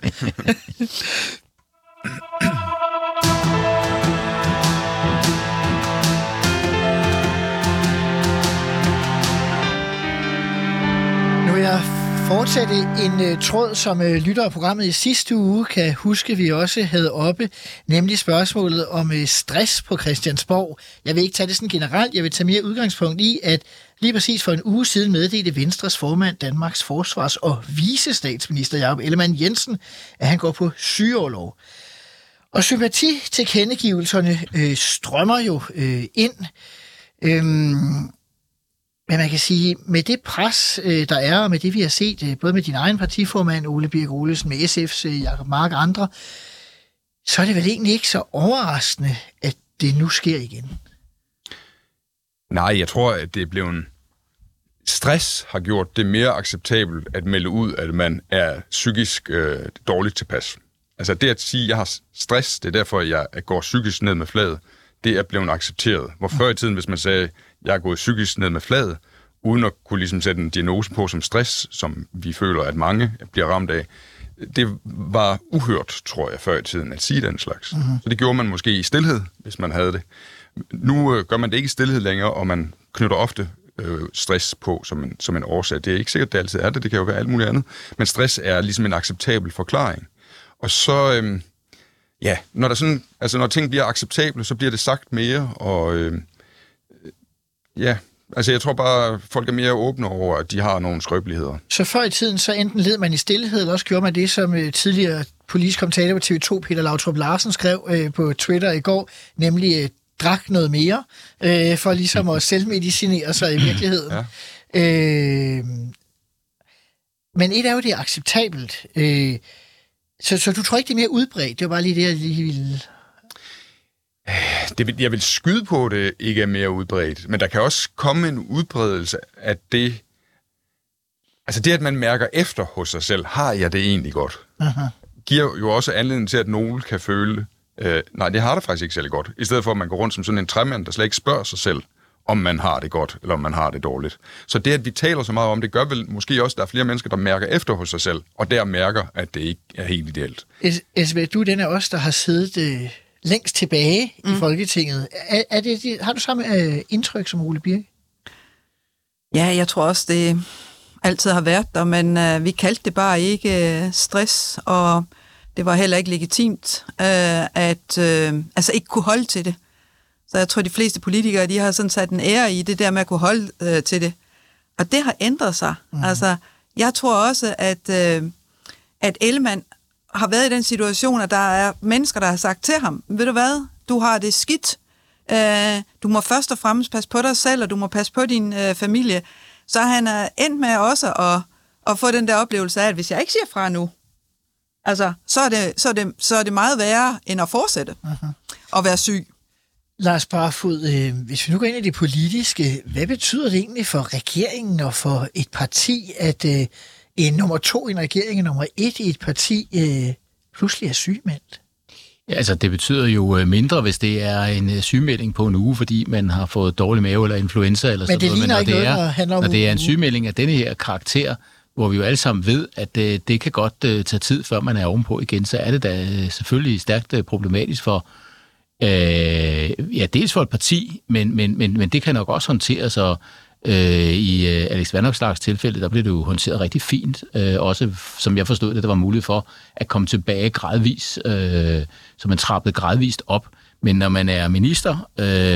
Nu vil jeg fortsætte en uh, tråd, som uh, lytter af programmet i sidste uge kan huske, vi også havde oppe, nemlig spørgsmålet om uh, stress på Christiansborg. Jeg vil ikke tage det sådan generelt, jeg vil tage mere udgangspunkt i, at lige præcis for en uge siden meddelte Venstres formand, Danmarks forsvars- og vicestatsminister Jakob Ellemann-Jensen, at han går på sygeorlov. Og sympatitilkendegivelserne øh, strømmer jo øh, ind. Øhm, Men man kan sige, med det pres, øh, der er, og med det, vi har set, øh, både med din egen partiformand, Ole Birk Olesen, med S F's øh, Jakob Mark og andre, så er det vel egentlig ikke så overraskende, at det nu sker igen. Nej, jeg tror, at det er blevet... Stress har gjort det mere acceptabelt at melde ud, at man er psykisk øh, dårligt tilpas. Altså det at sige, at jeg har stress, det er derfor, jeg går psykisk ned med fladet, det er blevet accepteret. Hvor før i tiden, hvis man sagde, jeg er gået psykisk ned med fladet, uden at kunne ligesom sætte en diagnose på som stress, som vi føler, at mange bliver ramt af, det var uhørt, tror jeg, før i tiden, at sige den slags. Mm-hmm. Så det gjorde man måske i stilhed, hvis man havde det. Nu øh, gør man det ikke i stilhed længere, og man knytter ofte øh, stress på som en, som en årsag. Det er ikke sikkert, det altid er det, det kan jo være alt muligt andet. Men stress er ligesom en acceptabel forklaring. Og så... Øh, Ja, når der sådan, altså når ting bliver acceptable, så bliver det sagt mere, og øh, ja, altså jeg tror bare, folk er mere åbne over, at de har nogle skrøbeligheder. Så før i tiden, så enten led man i stillhed, eller også gjorde man det, som øh, tidligere politisk kommentator på T V to, Peter Lautrup Larsen, skrev øh, på Twitter i går, nemlig øh, drak noget mere, øh, for ligesom at selvmedicinere sig i virkeligheden. Ja. Øh, men et er jo, det er acceptabelt. Øh, Så, så du tror ikke, det er mere udbredt? Det var bare lige det, jeg lige ville... Det, jeg vil skyde på, det ikke er mere udbredt, men der kan også komme en udbredelse af det... Altså det, at man mærker efter hos sig selv, har jeg det egentlig godt? Aha. Giver jo også anledning til, at nogen kan føle, øh, nej, det har det faktisk ikke særlig godt. I stedet for, at man går rundt som sådan en træmand, der slet ikke spørger sig selv, om man har det godt, eller om man har det dårligt. Så det, at vi taler så meget om det, gør vel måske også, at der er flere mennesker, der mærker efter hos sig selv, og der mærker, at det ikke er helt ideelt. Esbeth, du er den af os, der har siddet øh, længst tilbage mm. i Folketinget. Er, er det, har du samme øh, indtryk som Ole Birk? Ja, jeg tror også, det altid har været der, men øh, vi kaldte det bare ikke øh, stress, og det var heller ikke legitimt øh, at øh, altså ikke kunne holde til det. Så jeg tror, de fleste politikere, de har sådan sat en ære i det der med at kunne holde øh, til det. Og det har ændret sig. Mm. Altså, jeg tror også, at, øh, at Ellemann har været i den situation, at der er mennesker, der har sagt til ham, ved du hvad, du har det skidt. Øh, du må først og fremmest passe på dig selv, og du må passe på din øh, familie. Så han er endt med også at, at få den der oplevelse af, at hvis jeg ikke siger fra nu, altså, så er det, så er det, så er det meget værre, end at fortsætte uh-huh. og være syg. Lars Barfoed, øh, hvis vi nu går ind i det politiske, hvad betyder det egentlig for regeringen og for et parti, at øh, en nummer to i en regering og nummer et i et parti øh, pludselig er sygemeldt? Ja, altså det betyder jo mindre, hvis det er en sygemelding på en uge, fordi man har fået dårlig mave eller influenza eller Men sådan noget. Men det ligner ikke noget, der handler om når det er en sygemelding af denne her karakter, hvor vi jo alle sammen ved, at det, det kan godt uh, tage tid, før man er ovenpå igen, så er det da selvfølgelig stærkt uh, problematisk for, uh, ja, dels for et parti, men, men, men, men det kan nok også håndteres, og uh, i uh, Alex Vanopslaghs tilfælde, der blev det jo håndteret rigtig fint, uh, også som jeg forstod det, der var mulighed for at komme tilbage gradvis, uh, så man trappede gradvist op, men når man er minister,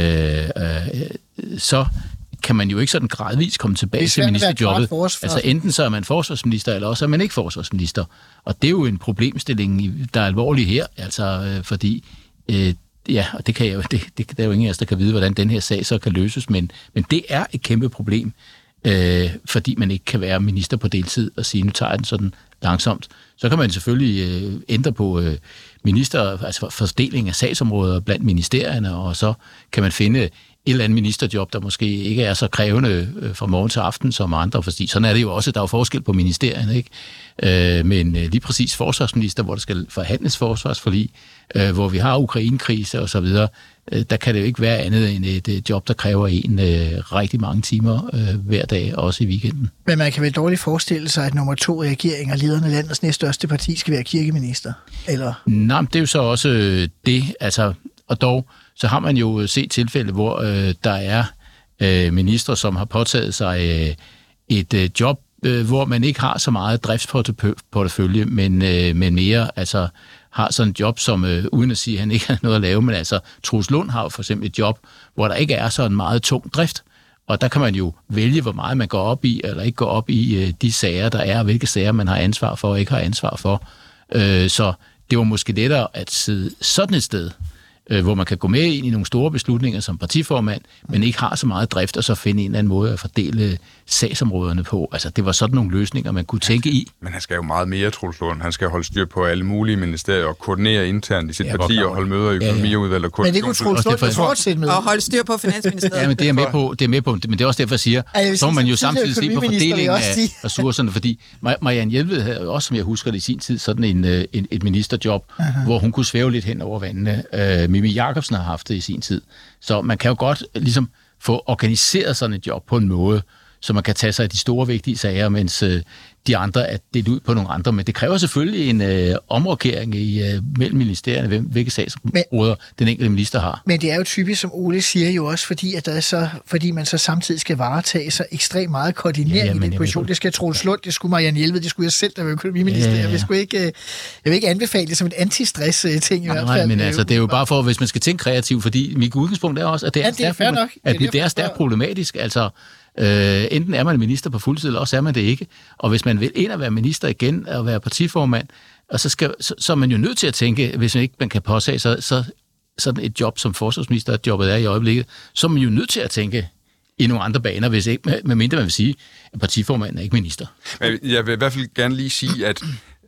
uh, uh, så kan man jo ikke sådan gradvist komme tilbage til ministerjobbet. Altså enten så er man forsvarsminister, eller også er man ikke forsvarsminister. Og det er jo en problemstilling, der er alvorlig her, altså øh, fordi, øh, ja, og det kan jeg jo, det, det, der er jo ingen af os, der kan vide, hvordan den her sag så kan løses, men, men det er et kæmpe problem, øh, fordi man ikke kan være minister på deltid og sige, nu tager jeg den sådan langsomt. Så kan man selvfølgelig øh, ændre på øh, minister, altså fordeling af sagsområder blandt ministerierne, og så kan man finde et eller andet ministerjob, der måske ikke er så krævende øh, fra morgen til aften som andre, fordi sådan er det jo også, der er jo forskel på ministerierne, ikke? Øh, men øh, lige præcis forsvarsminister, hvor der skal forhandles forsvarsforlig, øh, hvor vi har Ukraine-krise og så videre, øh, der kan det jo ikke være andet end et øh, job, der kræver en øh, rigtig mange timer øh, hver dag, også i weekenden. Men man kan vel dårligt forestille sig, at nummer to i regeringen og lederen af landets næststørste parti skal være kirkeminister, eller? Nej, det er jo så også øh, det, altså, og dog så har man jo set tilfælde, hvor øh, der er øh, ministre, som har påtaget sig øh, et øh, job, øh, hvor man ikke har så meget driftsportefølje, men, øh, men mere altså har sådan et job, som øh, uden at sige, at han ikke har noget at lave, men altså Troels Lund har jo for eksempel et job, hvor der ikke er så en meget tung drift, og der kan man jo vælge, hvor meget man går op i, eller ikke går op i øh, de sager, der er, og hvilke sager man har ansvar for og ikke har ansvar for. Øh, så det var måske lettere at sidde sådan et sted, hvor man kan gå med ind i nogle store beslutninger som partiformand, men ikke har så meget drift, og så finde en eller anden måde at fordele sagsområderne på. Altså, det var sådan nogle løsninger, man kunne tænke i. Men han skal jo meget mere, Troels Lund. Han skal holde styr på alle mulige ministerier og koordinere internt i sit ja, parti og holde møder i økonomiudvalg og koordination. Men det kunne Troels Lund fortsætte med. Og holde styr på Finansministeriet. Ja, men det er med på, det er med på, men det er også derfor, jeg siger, ja, jeg så må man jo samtidig se på fordelingen af ressourcerne, fordi Marianne Jelved havde også, som jeg husker det i sin tid, sådan en, en, et ministerjob, aha, hvor hun kunne svæve lidt hen over vandene. Uh, Mimi Jakobsen har haft det i sin tid. Så man kan jo godt ligesom få organiseret sådan et job på en måde, så man kan tage sig af de store vigtige sager, mens øh, de andre er delt ud på nogle andre. Men det kræver selvfølgelig en øh, omrokering i øh, mellem ministerierne, hvilke sagsområder den enkelte minister har. Men det er jo typisk, som Ole siger jo også, fordi, at der er så, fordi man så samtidig skal varetage sig ekstremt meget koordinering ja, ja, i den position. Det skal Troels Lund, det skulle Marianne Jelved, det skulle jeg selv, der var økonomiminister. Ja, ja, ja. Jeg, skulle ikke, jeg vil ikke anbefale det som et antistress-ting i nej, hvert fald. Nej, men altså, det er jo bare for, hvis man skal tænke kreativt, fordi mit udgangspunkt er også, at det er, ja, det er, stærkt, nok. At det, det er stærkt problematisk. Altså, Øh, enten er man minister på fuldtid, eller også er man det ikke. Og hvis man vil ind og være minister igen, og være partiformand, og så, skal, så, så er man jo nødt til at tænke, hvis man ikke man kan påsage så, så sådan et job som forsvarsminister, jobbet er i øjeblikket, så er man jo nødt til at tænke i nogle andre baner, hvis ikke, med, med mindre man vil sige, at partiformanden er ikke minister. Jeg vil i hvert fald gerne lige sige, at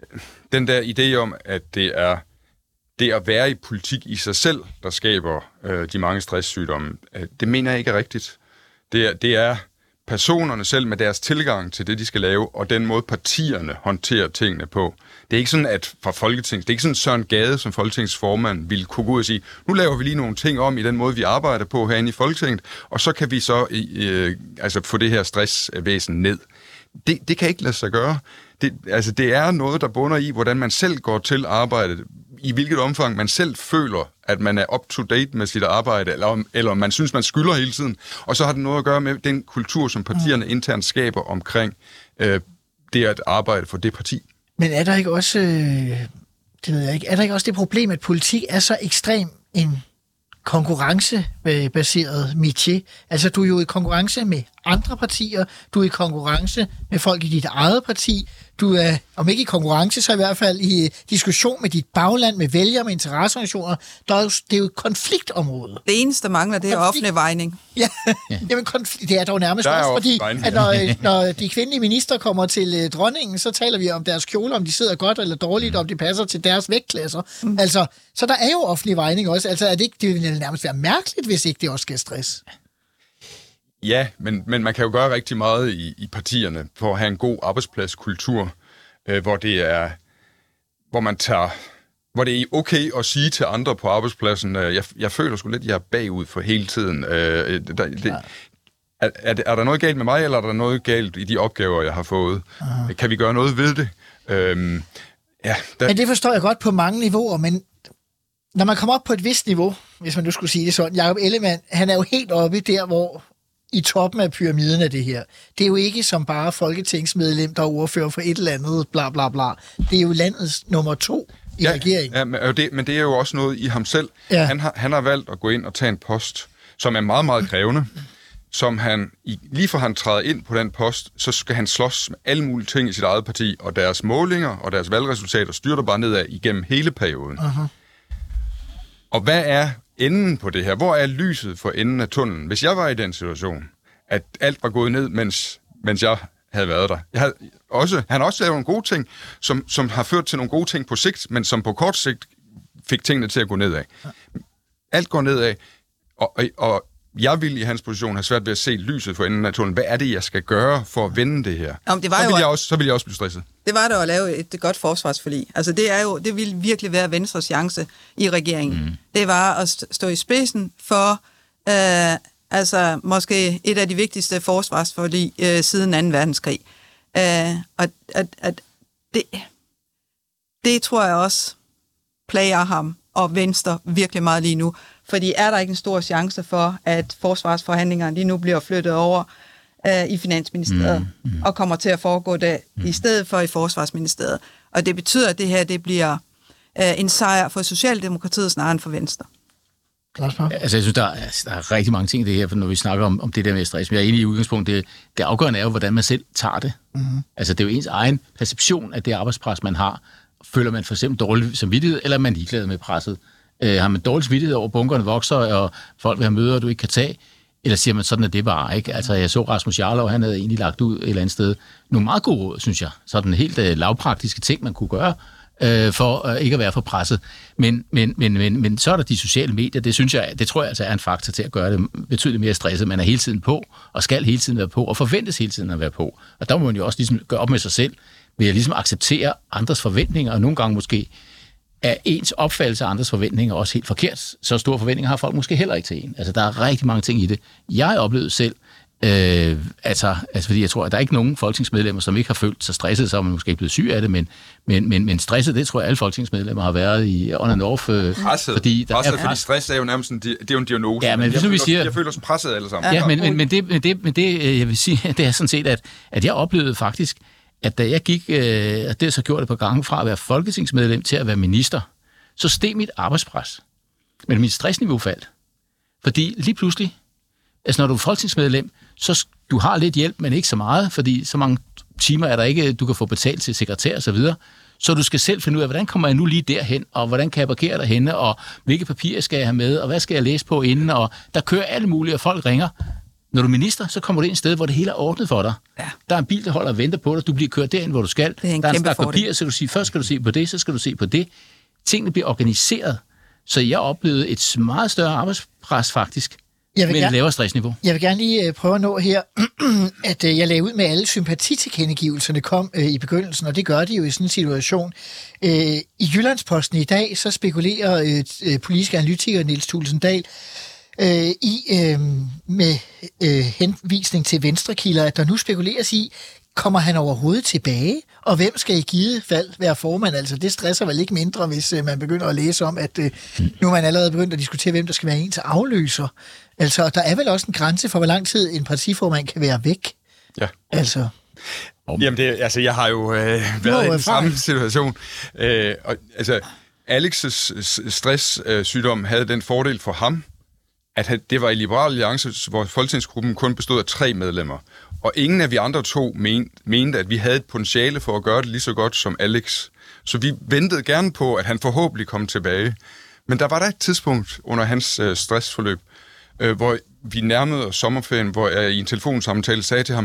den der idé om, at det er det at være i politik i sig selv, der skaber øh, de mange stresssygdomme, øh, det mener jeg ikke er rigtigt. Det er, det er personerne selv med deres tilgang til det, de skal lave, og den måde partierne håndterer tingene på. Det er ikke sådan, at fra Folketinget, det er ikke sådan Søren Gade som folketingsformand ville kunne gå ud og sige, nu laver vi lige nogle ting om i den måde, vi arbejder på herinde i Folketinget, og så kan vi så øh, altså få det her stressvæsen ned. Det, det kan ikke lade sig gøre. Det, altså, det er noget, der bunder i, hvordan man selv går til arbejdet, i hvilket omfang man selv føler, at man er up-to-date med sit arbejde, eller om, eller om man synes, man skylder hele tiden. Og så har det noget at gøre med den kultur, som partierne internt skaber omkring øh, det at arbejde for det parti. Men er der ikke også, øh, det ved jeg ikke, er der ikke også det problem, at politik er så ekstrem en konkurrencebaseret métier? Altså, du er jo i konkurrence med andre partier, du er i konkurrence med folk i dit eget parti, du er, om ikke i konkurrence, så i hvert fald i diskussion med dit bagland, med vælgere, med interesseorganisationer. Der er jo, det er jo et konfliktområde. Det eneste, der mangler, det er offentlig vejning. Ja, ja. Jamen, konflikt, det er dog nærmest er også, fordi vejning, at når, når de kvindelige minister kommer til uh, dronningen, så taler vi om deres kjoler, om de sidder godt eller dårligt, mm. om de passer til deres vægtklasser. Mm. Altså, så der er jo offentlig vejning også. Altså, er det ikke, det vil nærmest være mærkeligt, hvis ikke det også skal stress. Ja, men, men man kan jo gøre rigtig meget i, i partierne for at have en god arbejdspladskultur, øh, hvor det er, hvor man tager, hvor det er okay at sige til andre på arbejdspladsen, øh, jeg, jeg føler sgu lidt, jeg er bagud for hele tiden. Øh, der, det, ja. er, er, er der noget galt med mig, eller er der noget galt i de opgaver, jeg har fået? Aha. Kan vi gøre noget ved det? Øh, ja, der... Men det forstår jeg godt på mange niveauer, men når man kommer op på et vist niveau, hvis man nu skulle sige det sådan, Jakob Ellemann, han er jo helt oppe der, hvor i toppen af pyramiden af det her. Det er jo ikke som bare folketingsmedlem, der er ordfører for et eller andet, bla bla bla. Det er jo landets nummer to i ja, regeringen. Ja, men det, men det er jo også noget i ham selv. Ja. Han, har, han har valgt at gå ind og tage en post, som er meget, meget krævende, som han, lige for han træder ind på den post, så skal han slås med alle mulige ting i sit eget parti, og deres målinger og deres valgresultater styrter bare nedad igennem hele perioden. Uh-huh. Og hvad er enden på det her? Hvor er lyset for enden af tunnelen? Hvis jeg var i den situation, at alt var gået ned, mens, mens jeg havde været der. Jeg havde også, han har også lavet nogle gode ting, som, som har ført til nogle gode ting på sigt, men som på kort sigt fik tingene til at gå nedad. Alt går nedad, og, og, og jeg vil i hans position have svært ved at se lyset for enden af tunnelen. Hvad er det, jeg skal gøre for at vende det her? Om det var så, vil jo, jeg også, så vil jeg også blive stresset. Det var da at lave et godt forsvarsforlig. Altså det er jo, det ville virkelig være Venstres chance i regeringen. Mm. Det var at stå i spidsen for øh, altså måske et af de vigtigste forsvarsforlig øh, siden anden verdenskrig. Øh, og at, at det, det tror jeg også plager ham og Venstre virkelig meget lige nu. Fordi er der ikke en stor chance for, at forsvarsforhandlingerne lige nu bliver flyttet over øh, i Finansministeriet, mm, mm. og kommer til at foregå det mm. i stedet for i Forsvarsministeriet. Og det betyder, at det her det bliver øh, en sejr for Socialdemokratiet snarere end for Venstre. Altså, jeg synes, der er, der er rigtig mange ting i det her, når vi snakker om, om det der med stress. Men jeg er enig i udgangspunktet. Det, det afgørende er jo, hvordan man selv tager det. Mm-hmm. Altså, det er jo ens egen perception af det arbejdspres, man har. Føler man for eksempel dårlig samvittighed, eller er man ligeglad med presset? Øh, har man dårlig samvittighed over, bunkerne vokser, og folk vil have møder, du ikke kan tage? Eller siger man sådan, at det bare ikke? Altså, jeg så Rasmus Jarlov, han havde egentlig lagt ud et eller andet sted. Nogle meget gode råd, synes jeg. Sådan helt øh, lavpraktiske ting, man kunne gøre, øh, for øh, ikke at være for presset. Men, men, men, men, men så er der de sociale medier, det synes jeg, det tror jeg altså er en faktor til at gøre det betydeligt mere stresset. Man er hele tiden på, og skal hele tiden være på, og forventes hele tiden at være på. Og der må man jo også ligesom gøre op med sig selv, ved at ligesom acceptere andres forventninger, og nogle gange måske er ens opfattelse af andres forventninger også helt forkert. Så store forventninger har folk måske heller ikke til en. Altså, der er rigtig mange ting i det. Jeg oplevede selv, øh, altså, altså, fordi jeg tror, at der er ikke nogen folketingsmedlemmer, som ikke har følt sig stresset, så er man måske ikke blevet syg af det, men, men, men, men stresset, det tror jeg, alle folketingsmedlemmer har været i on and off. Øh, presset, fordi, der presset, er, fordi stress er jo nærmest en, det er jo en diagnose. Ja, men hvis jeg, nu vi føler, siger, jeg føler os presset alle sammen. Ja, men, men, men, det, men, det, men det, jeg vil sige, det er sådan set, at, at jeg oplevede faktisk, at da jeg gik, øh, og det så gjort et par gange fra at være folketingsmedlem til at være minister, så steg mit arbejdspres. Men mit stressniveau faldt. Fordi lige pludselig, altså når du er folketingsmedlem, så du har lidt hjælp, men ikke så meget, fordi så mange timer er der ikke, du kan få betalt til sekretær og så videre. Så du skal selv finde ud af, hvordan kommer jeg nu lige derhen, og hvordan kan jeg parkere derhenne, og hvilke papirer skal jeg have med, og hvad skal jeg læse på inden, og der kører alle mulige, og folk ringer. Når du er minister, så kommer du ind et sted, hvor det hele er ordnet for dig. Ja. Der er en bil, der holder og venter på dig, du bliver kørt derind, hvor du skal. Det er en der er en stak papirer, så du siger, først skal du se på det, så skal du se på det. Tingene bliver organiseret, så jeg oplevede et meget større arbejdspres faktisk, med gerne, et lavere stressniveau. Jeg vil gerne lige prøve at nå her, at jeg lagde ud med alle sympatitilkendegivelserne kom øh, i begyndelsen, og det gør de jo i sådan en situation. Øh, I Jyllandsposten i dag, så spekulerer øh, politisk analytiker Niels Thulesen Dahl øh, i, øh, med øh, henvisning til venstrekilder, at der nu spekuleres i, kommer han overhovedet tilbage? Og hvem skal i givet fald være formand? Altså, det stresser vel ikke mindre, hvis øh, man begynder at læse om, at øh, nu er man allerede begyndt at diskutere, hvem der skal være en til afløser. Altså, der er vel også en grænse for, hvor lang tid en partiformand kan være væk. Ja. Altså. Jamen, det, altså, jeg har jo øh, været i den samme situation. Øh, og, altså, Alex' stresssygdom øh, havde den fordel for ham, at det var i Liberal Alliance, hvor folketingsgruppen kun bestod af tre medlemmer. Og ingen af vi andre to mente, at vi havde et potentiale for at gøre det lige så godt som Alex. Så vi ventede gerne på, at han forhåbentlig kom tilbage. Men der var der et tidspunkt under hans øh, stressforløb, øh, hvor vi nærmede os sommerferien, hvor jeg i en telefonsamtale sagde til ham,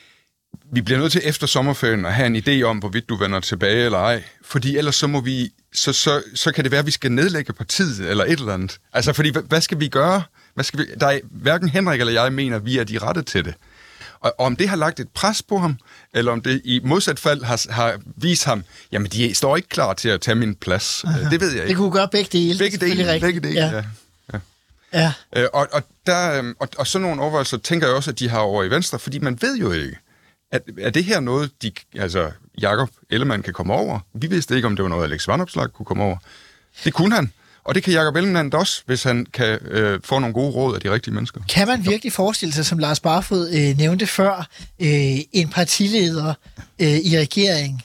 vi bliver nødt til efter sommerferien at have en idé om, hvorvidt du vender tilbage eller ej. Fordi ellers så må vi, så, så, så kan det være, at vi skal nedlægge partiet eller et eller andet. Altså, fordi hvad skal vi gøre? Hvad skal vi? Der er, hverken Henrik eller jeg mener, vi er de rette til det. Og, og om det har lagt et pres på ham, eller om det i modsat fald har, har vist ham, jamen de står ikke klar til at tage min plads. Aha. Det ved jeg ikke. Det kunne gøre begge dele. Begge dele, begge dele, ja. ja. ja. ja. Øh, og, og, der, og, og sådan nogle overvejelser tænker jeg også, at de har over i Venstre, fordi man ved jo ikke, at er det her noget, de, altså Jakob Ellemann kan komme over? Vi vidste ikke, om det var noget, Alex Vanopslagh kunne komme over. Det kunne han. Og det kan Jakob Ellemann også, hvis han kan øh, få nogle gode råd af de rigtige mennesker. Kan man virkelig forestille sig, som Lars Barfod øh, nævnte før, øh, en partileder øh, i regering,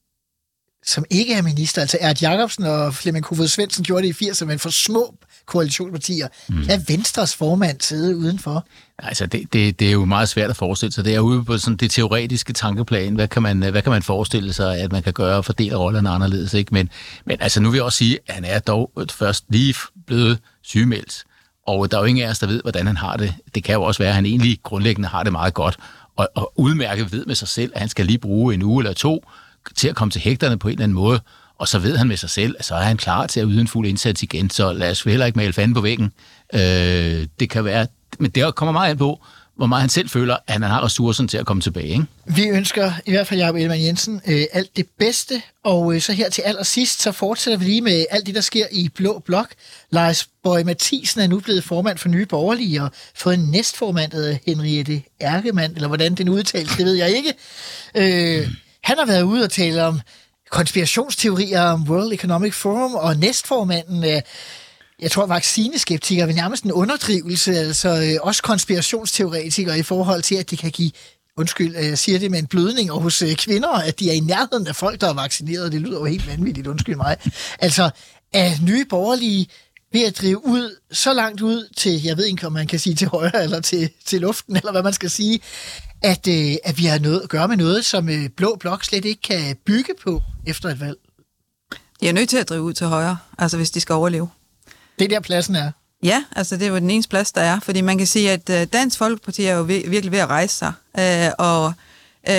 som ikke er minister, altså Ert Jacobsen og Flemming Kofod Svendsen gjorde det i firserne, men for små koalitionspartier. Mm. Kan Venstres formand sidde udenfor? Altså, det, det, det er jo meget svært at forestille sig. Det er ude på sådan det teoretiske tankeplan. Hvad kan man, hvad kan man forestille sig, at man kan gøre og fordele rollerne anderledes, ikke? Men, men altså, nu vil jeg også sige, at han er dog først lige blevet sygemeldt. Og der er jo ingen af os, der ved, hvordan han har det. Det kan jo også være, at han egentlig grundlæggende har det meget godt. Og, og udmærket ved med sig selv, at han skal lige bruge en uge eller to til at komme til hægterne på en eller anden måde. Og så ved han med sig selv, at så er han klar til at yde en fuld indsats igen. Så lad os heller ikke male fanden på væggen. Øh, det kan være, men det kommer meget an på, hvor meget han selv føler, at han har ressourcen til at komme tilbage. Ikke? Vi ønsker i hvert fald Jakob Ellemann Jensen øh, alt det bedste, og øh, så her til allersidst, så fortsætter vi lige med alt det, der sker i Blå Blok. Lars Boje Mathiesen er nu blevet formand for Nye Borgerlige, og fået en næstformand, der hedder Henriette Erkemann, eller hvordan den udtales, det ved jeg ikke. Øh, han har været ude og tale om konspirationsteorier om World Economic Forum, og næstformanden, øh, jeg tror, vaccineskeptikere vil nærmest en underdrivelse, altså øh, også konspirationsteoretikere i forhold til, at det kan give, undskyld, jeg siger det med en blødning hos øh, kvinder, at de er i nærheden af folk, der er vaccineret. Det lyder jo helt vanvittigt, undskyld mig. Altså, er Nye Borgerlige ved at drive ud, så langt ud til, jeg ved ikke, om man kan sige til højre eller til, til luften, eller hvad man skal sige, at, øh, at vi har noget at gøre med noget, som øh, Blå Blok slet ikke kan bygge på efter et valg. De er nødt til at drive ud til højre, altså hvis de skal overleve. Det der pladsen er? Ja, altså det er jo den eneste plads, der er, fordi man kan sige, at øh, Dansk Folkeparti er jo ved, virkelig ved at rejse sig, øh, og øh,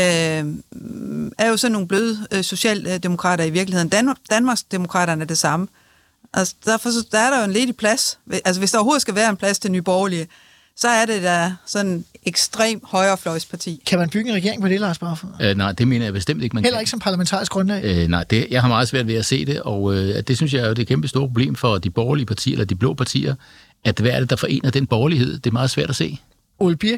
er jo sådan nogle bløde øh, socialdemokrater i virkeligheden. Dan- Danmarks Demokraterne er det samme. Altså derfor så, der er der jo en ledig plads. Altså hvis der overhovedet skal være en plads til Nye Borgerlige, så er det da sådan en ekstrem højrefløjsparti. Kan man bygge en regering på det, Lars Barfod? Øh, nej, det mener jeg bestemt ikke, man Heller kan. ikke som parlamentarisk grundlag? Øh, nej, det, jeg har meget svært ved at se det, og øh, det synes jeg er jo det kæmpe store problem for de borgerlige partier, eller de blå partier, at hvad er det, der forener den borgerlighed? Det er meget svært at se. Ole Birk?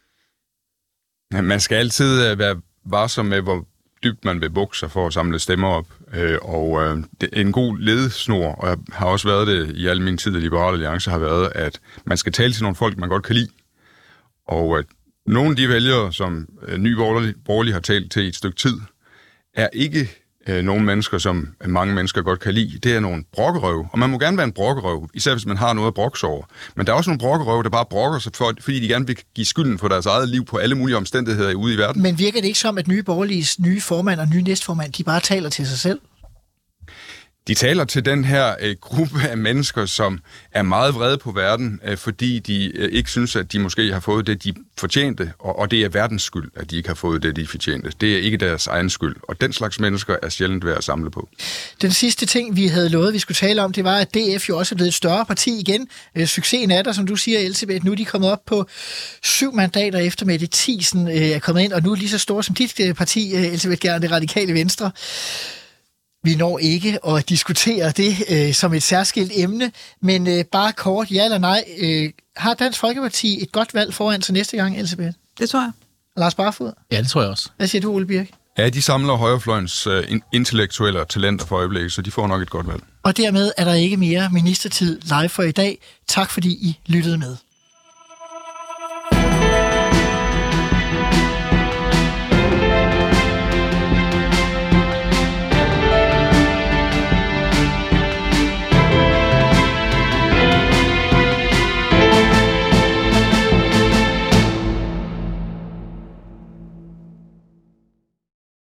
Ja, man skal altid være varsom med, hvor dybt man vil bukke sig for at samle stemmer op. Øh, og øh, det er en god ledesnor, og jeg har også været det i al min tid i Liberal Alliance, har været, at man skal tale til nogle folk, man godt kan lide. Og øh, nogle af de vælgere, som øh, Nye Borgerlige har talt til i et stykke tid, er ikke øh, nogle mennesker, som mange mennesker godt kan lide. Det er nogle brokkerøv, og man må gerne være en brokkerøv, især hvis man har noget at brokke over. Men der er også nogle brokkerøv, der bare brokker sig, for, fordi de gerne vil give skylden for deres eget liv på alle mulige omstændigheder ude i verden. Men virker det ikke som, at Nye Borgerliges nye formand og nye næstformand, de bare taler til sig selv? De taler til den her øh, gruppe af mennesker, som er meget vrede på verden, øh, fordi de øh, ikke synes, at de måske har fået det, de fortjente, og, og det er verdens skyld, at de ikke har fået det, de fortjente. Det er ikke deres egen skyld, og den slags mennesker er sjældent værd at samle på. Den sidste ting, vi havde lovet, vi skulle tale om, det var, at D F jo også er blevet et større parti igen. Øh, succesen er der, som du siger, Elsebeth. Nu er de kommet op på syv mandater efter Mette Thiesen øh, er kommet ind, og nu er lige så store som dit øh, parti, øh, Elsebeth Gern, Det Radikale Venstre. Vi når ikke at diskutere det øh, som et særskilt emne, men øh, bare kort, ja eller nej. Øh, har Dansk Folkeparti et godt valg foran sig næste gang, Elsebeth? Det tror jeg. Lars Barfod? Ja, det tror jeg også. Hvad siger du, Ole Birk? Ja, de samler højrefløjens øh, intellektuelle talenter for øjeblikket, så de får nok et godt valg. Og dermed er der ikke mere ministertid live for i dag. Tak fordi I lyttede med.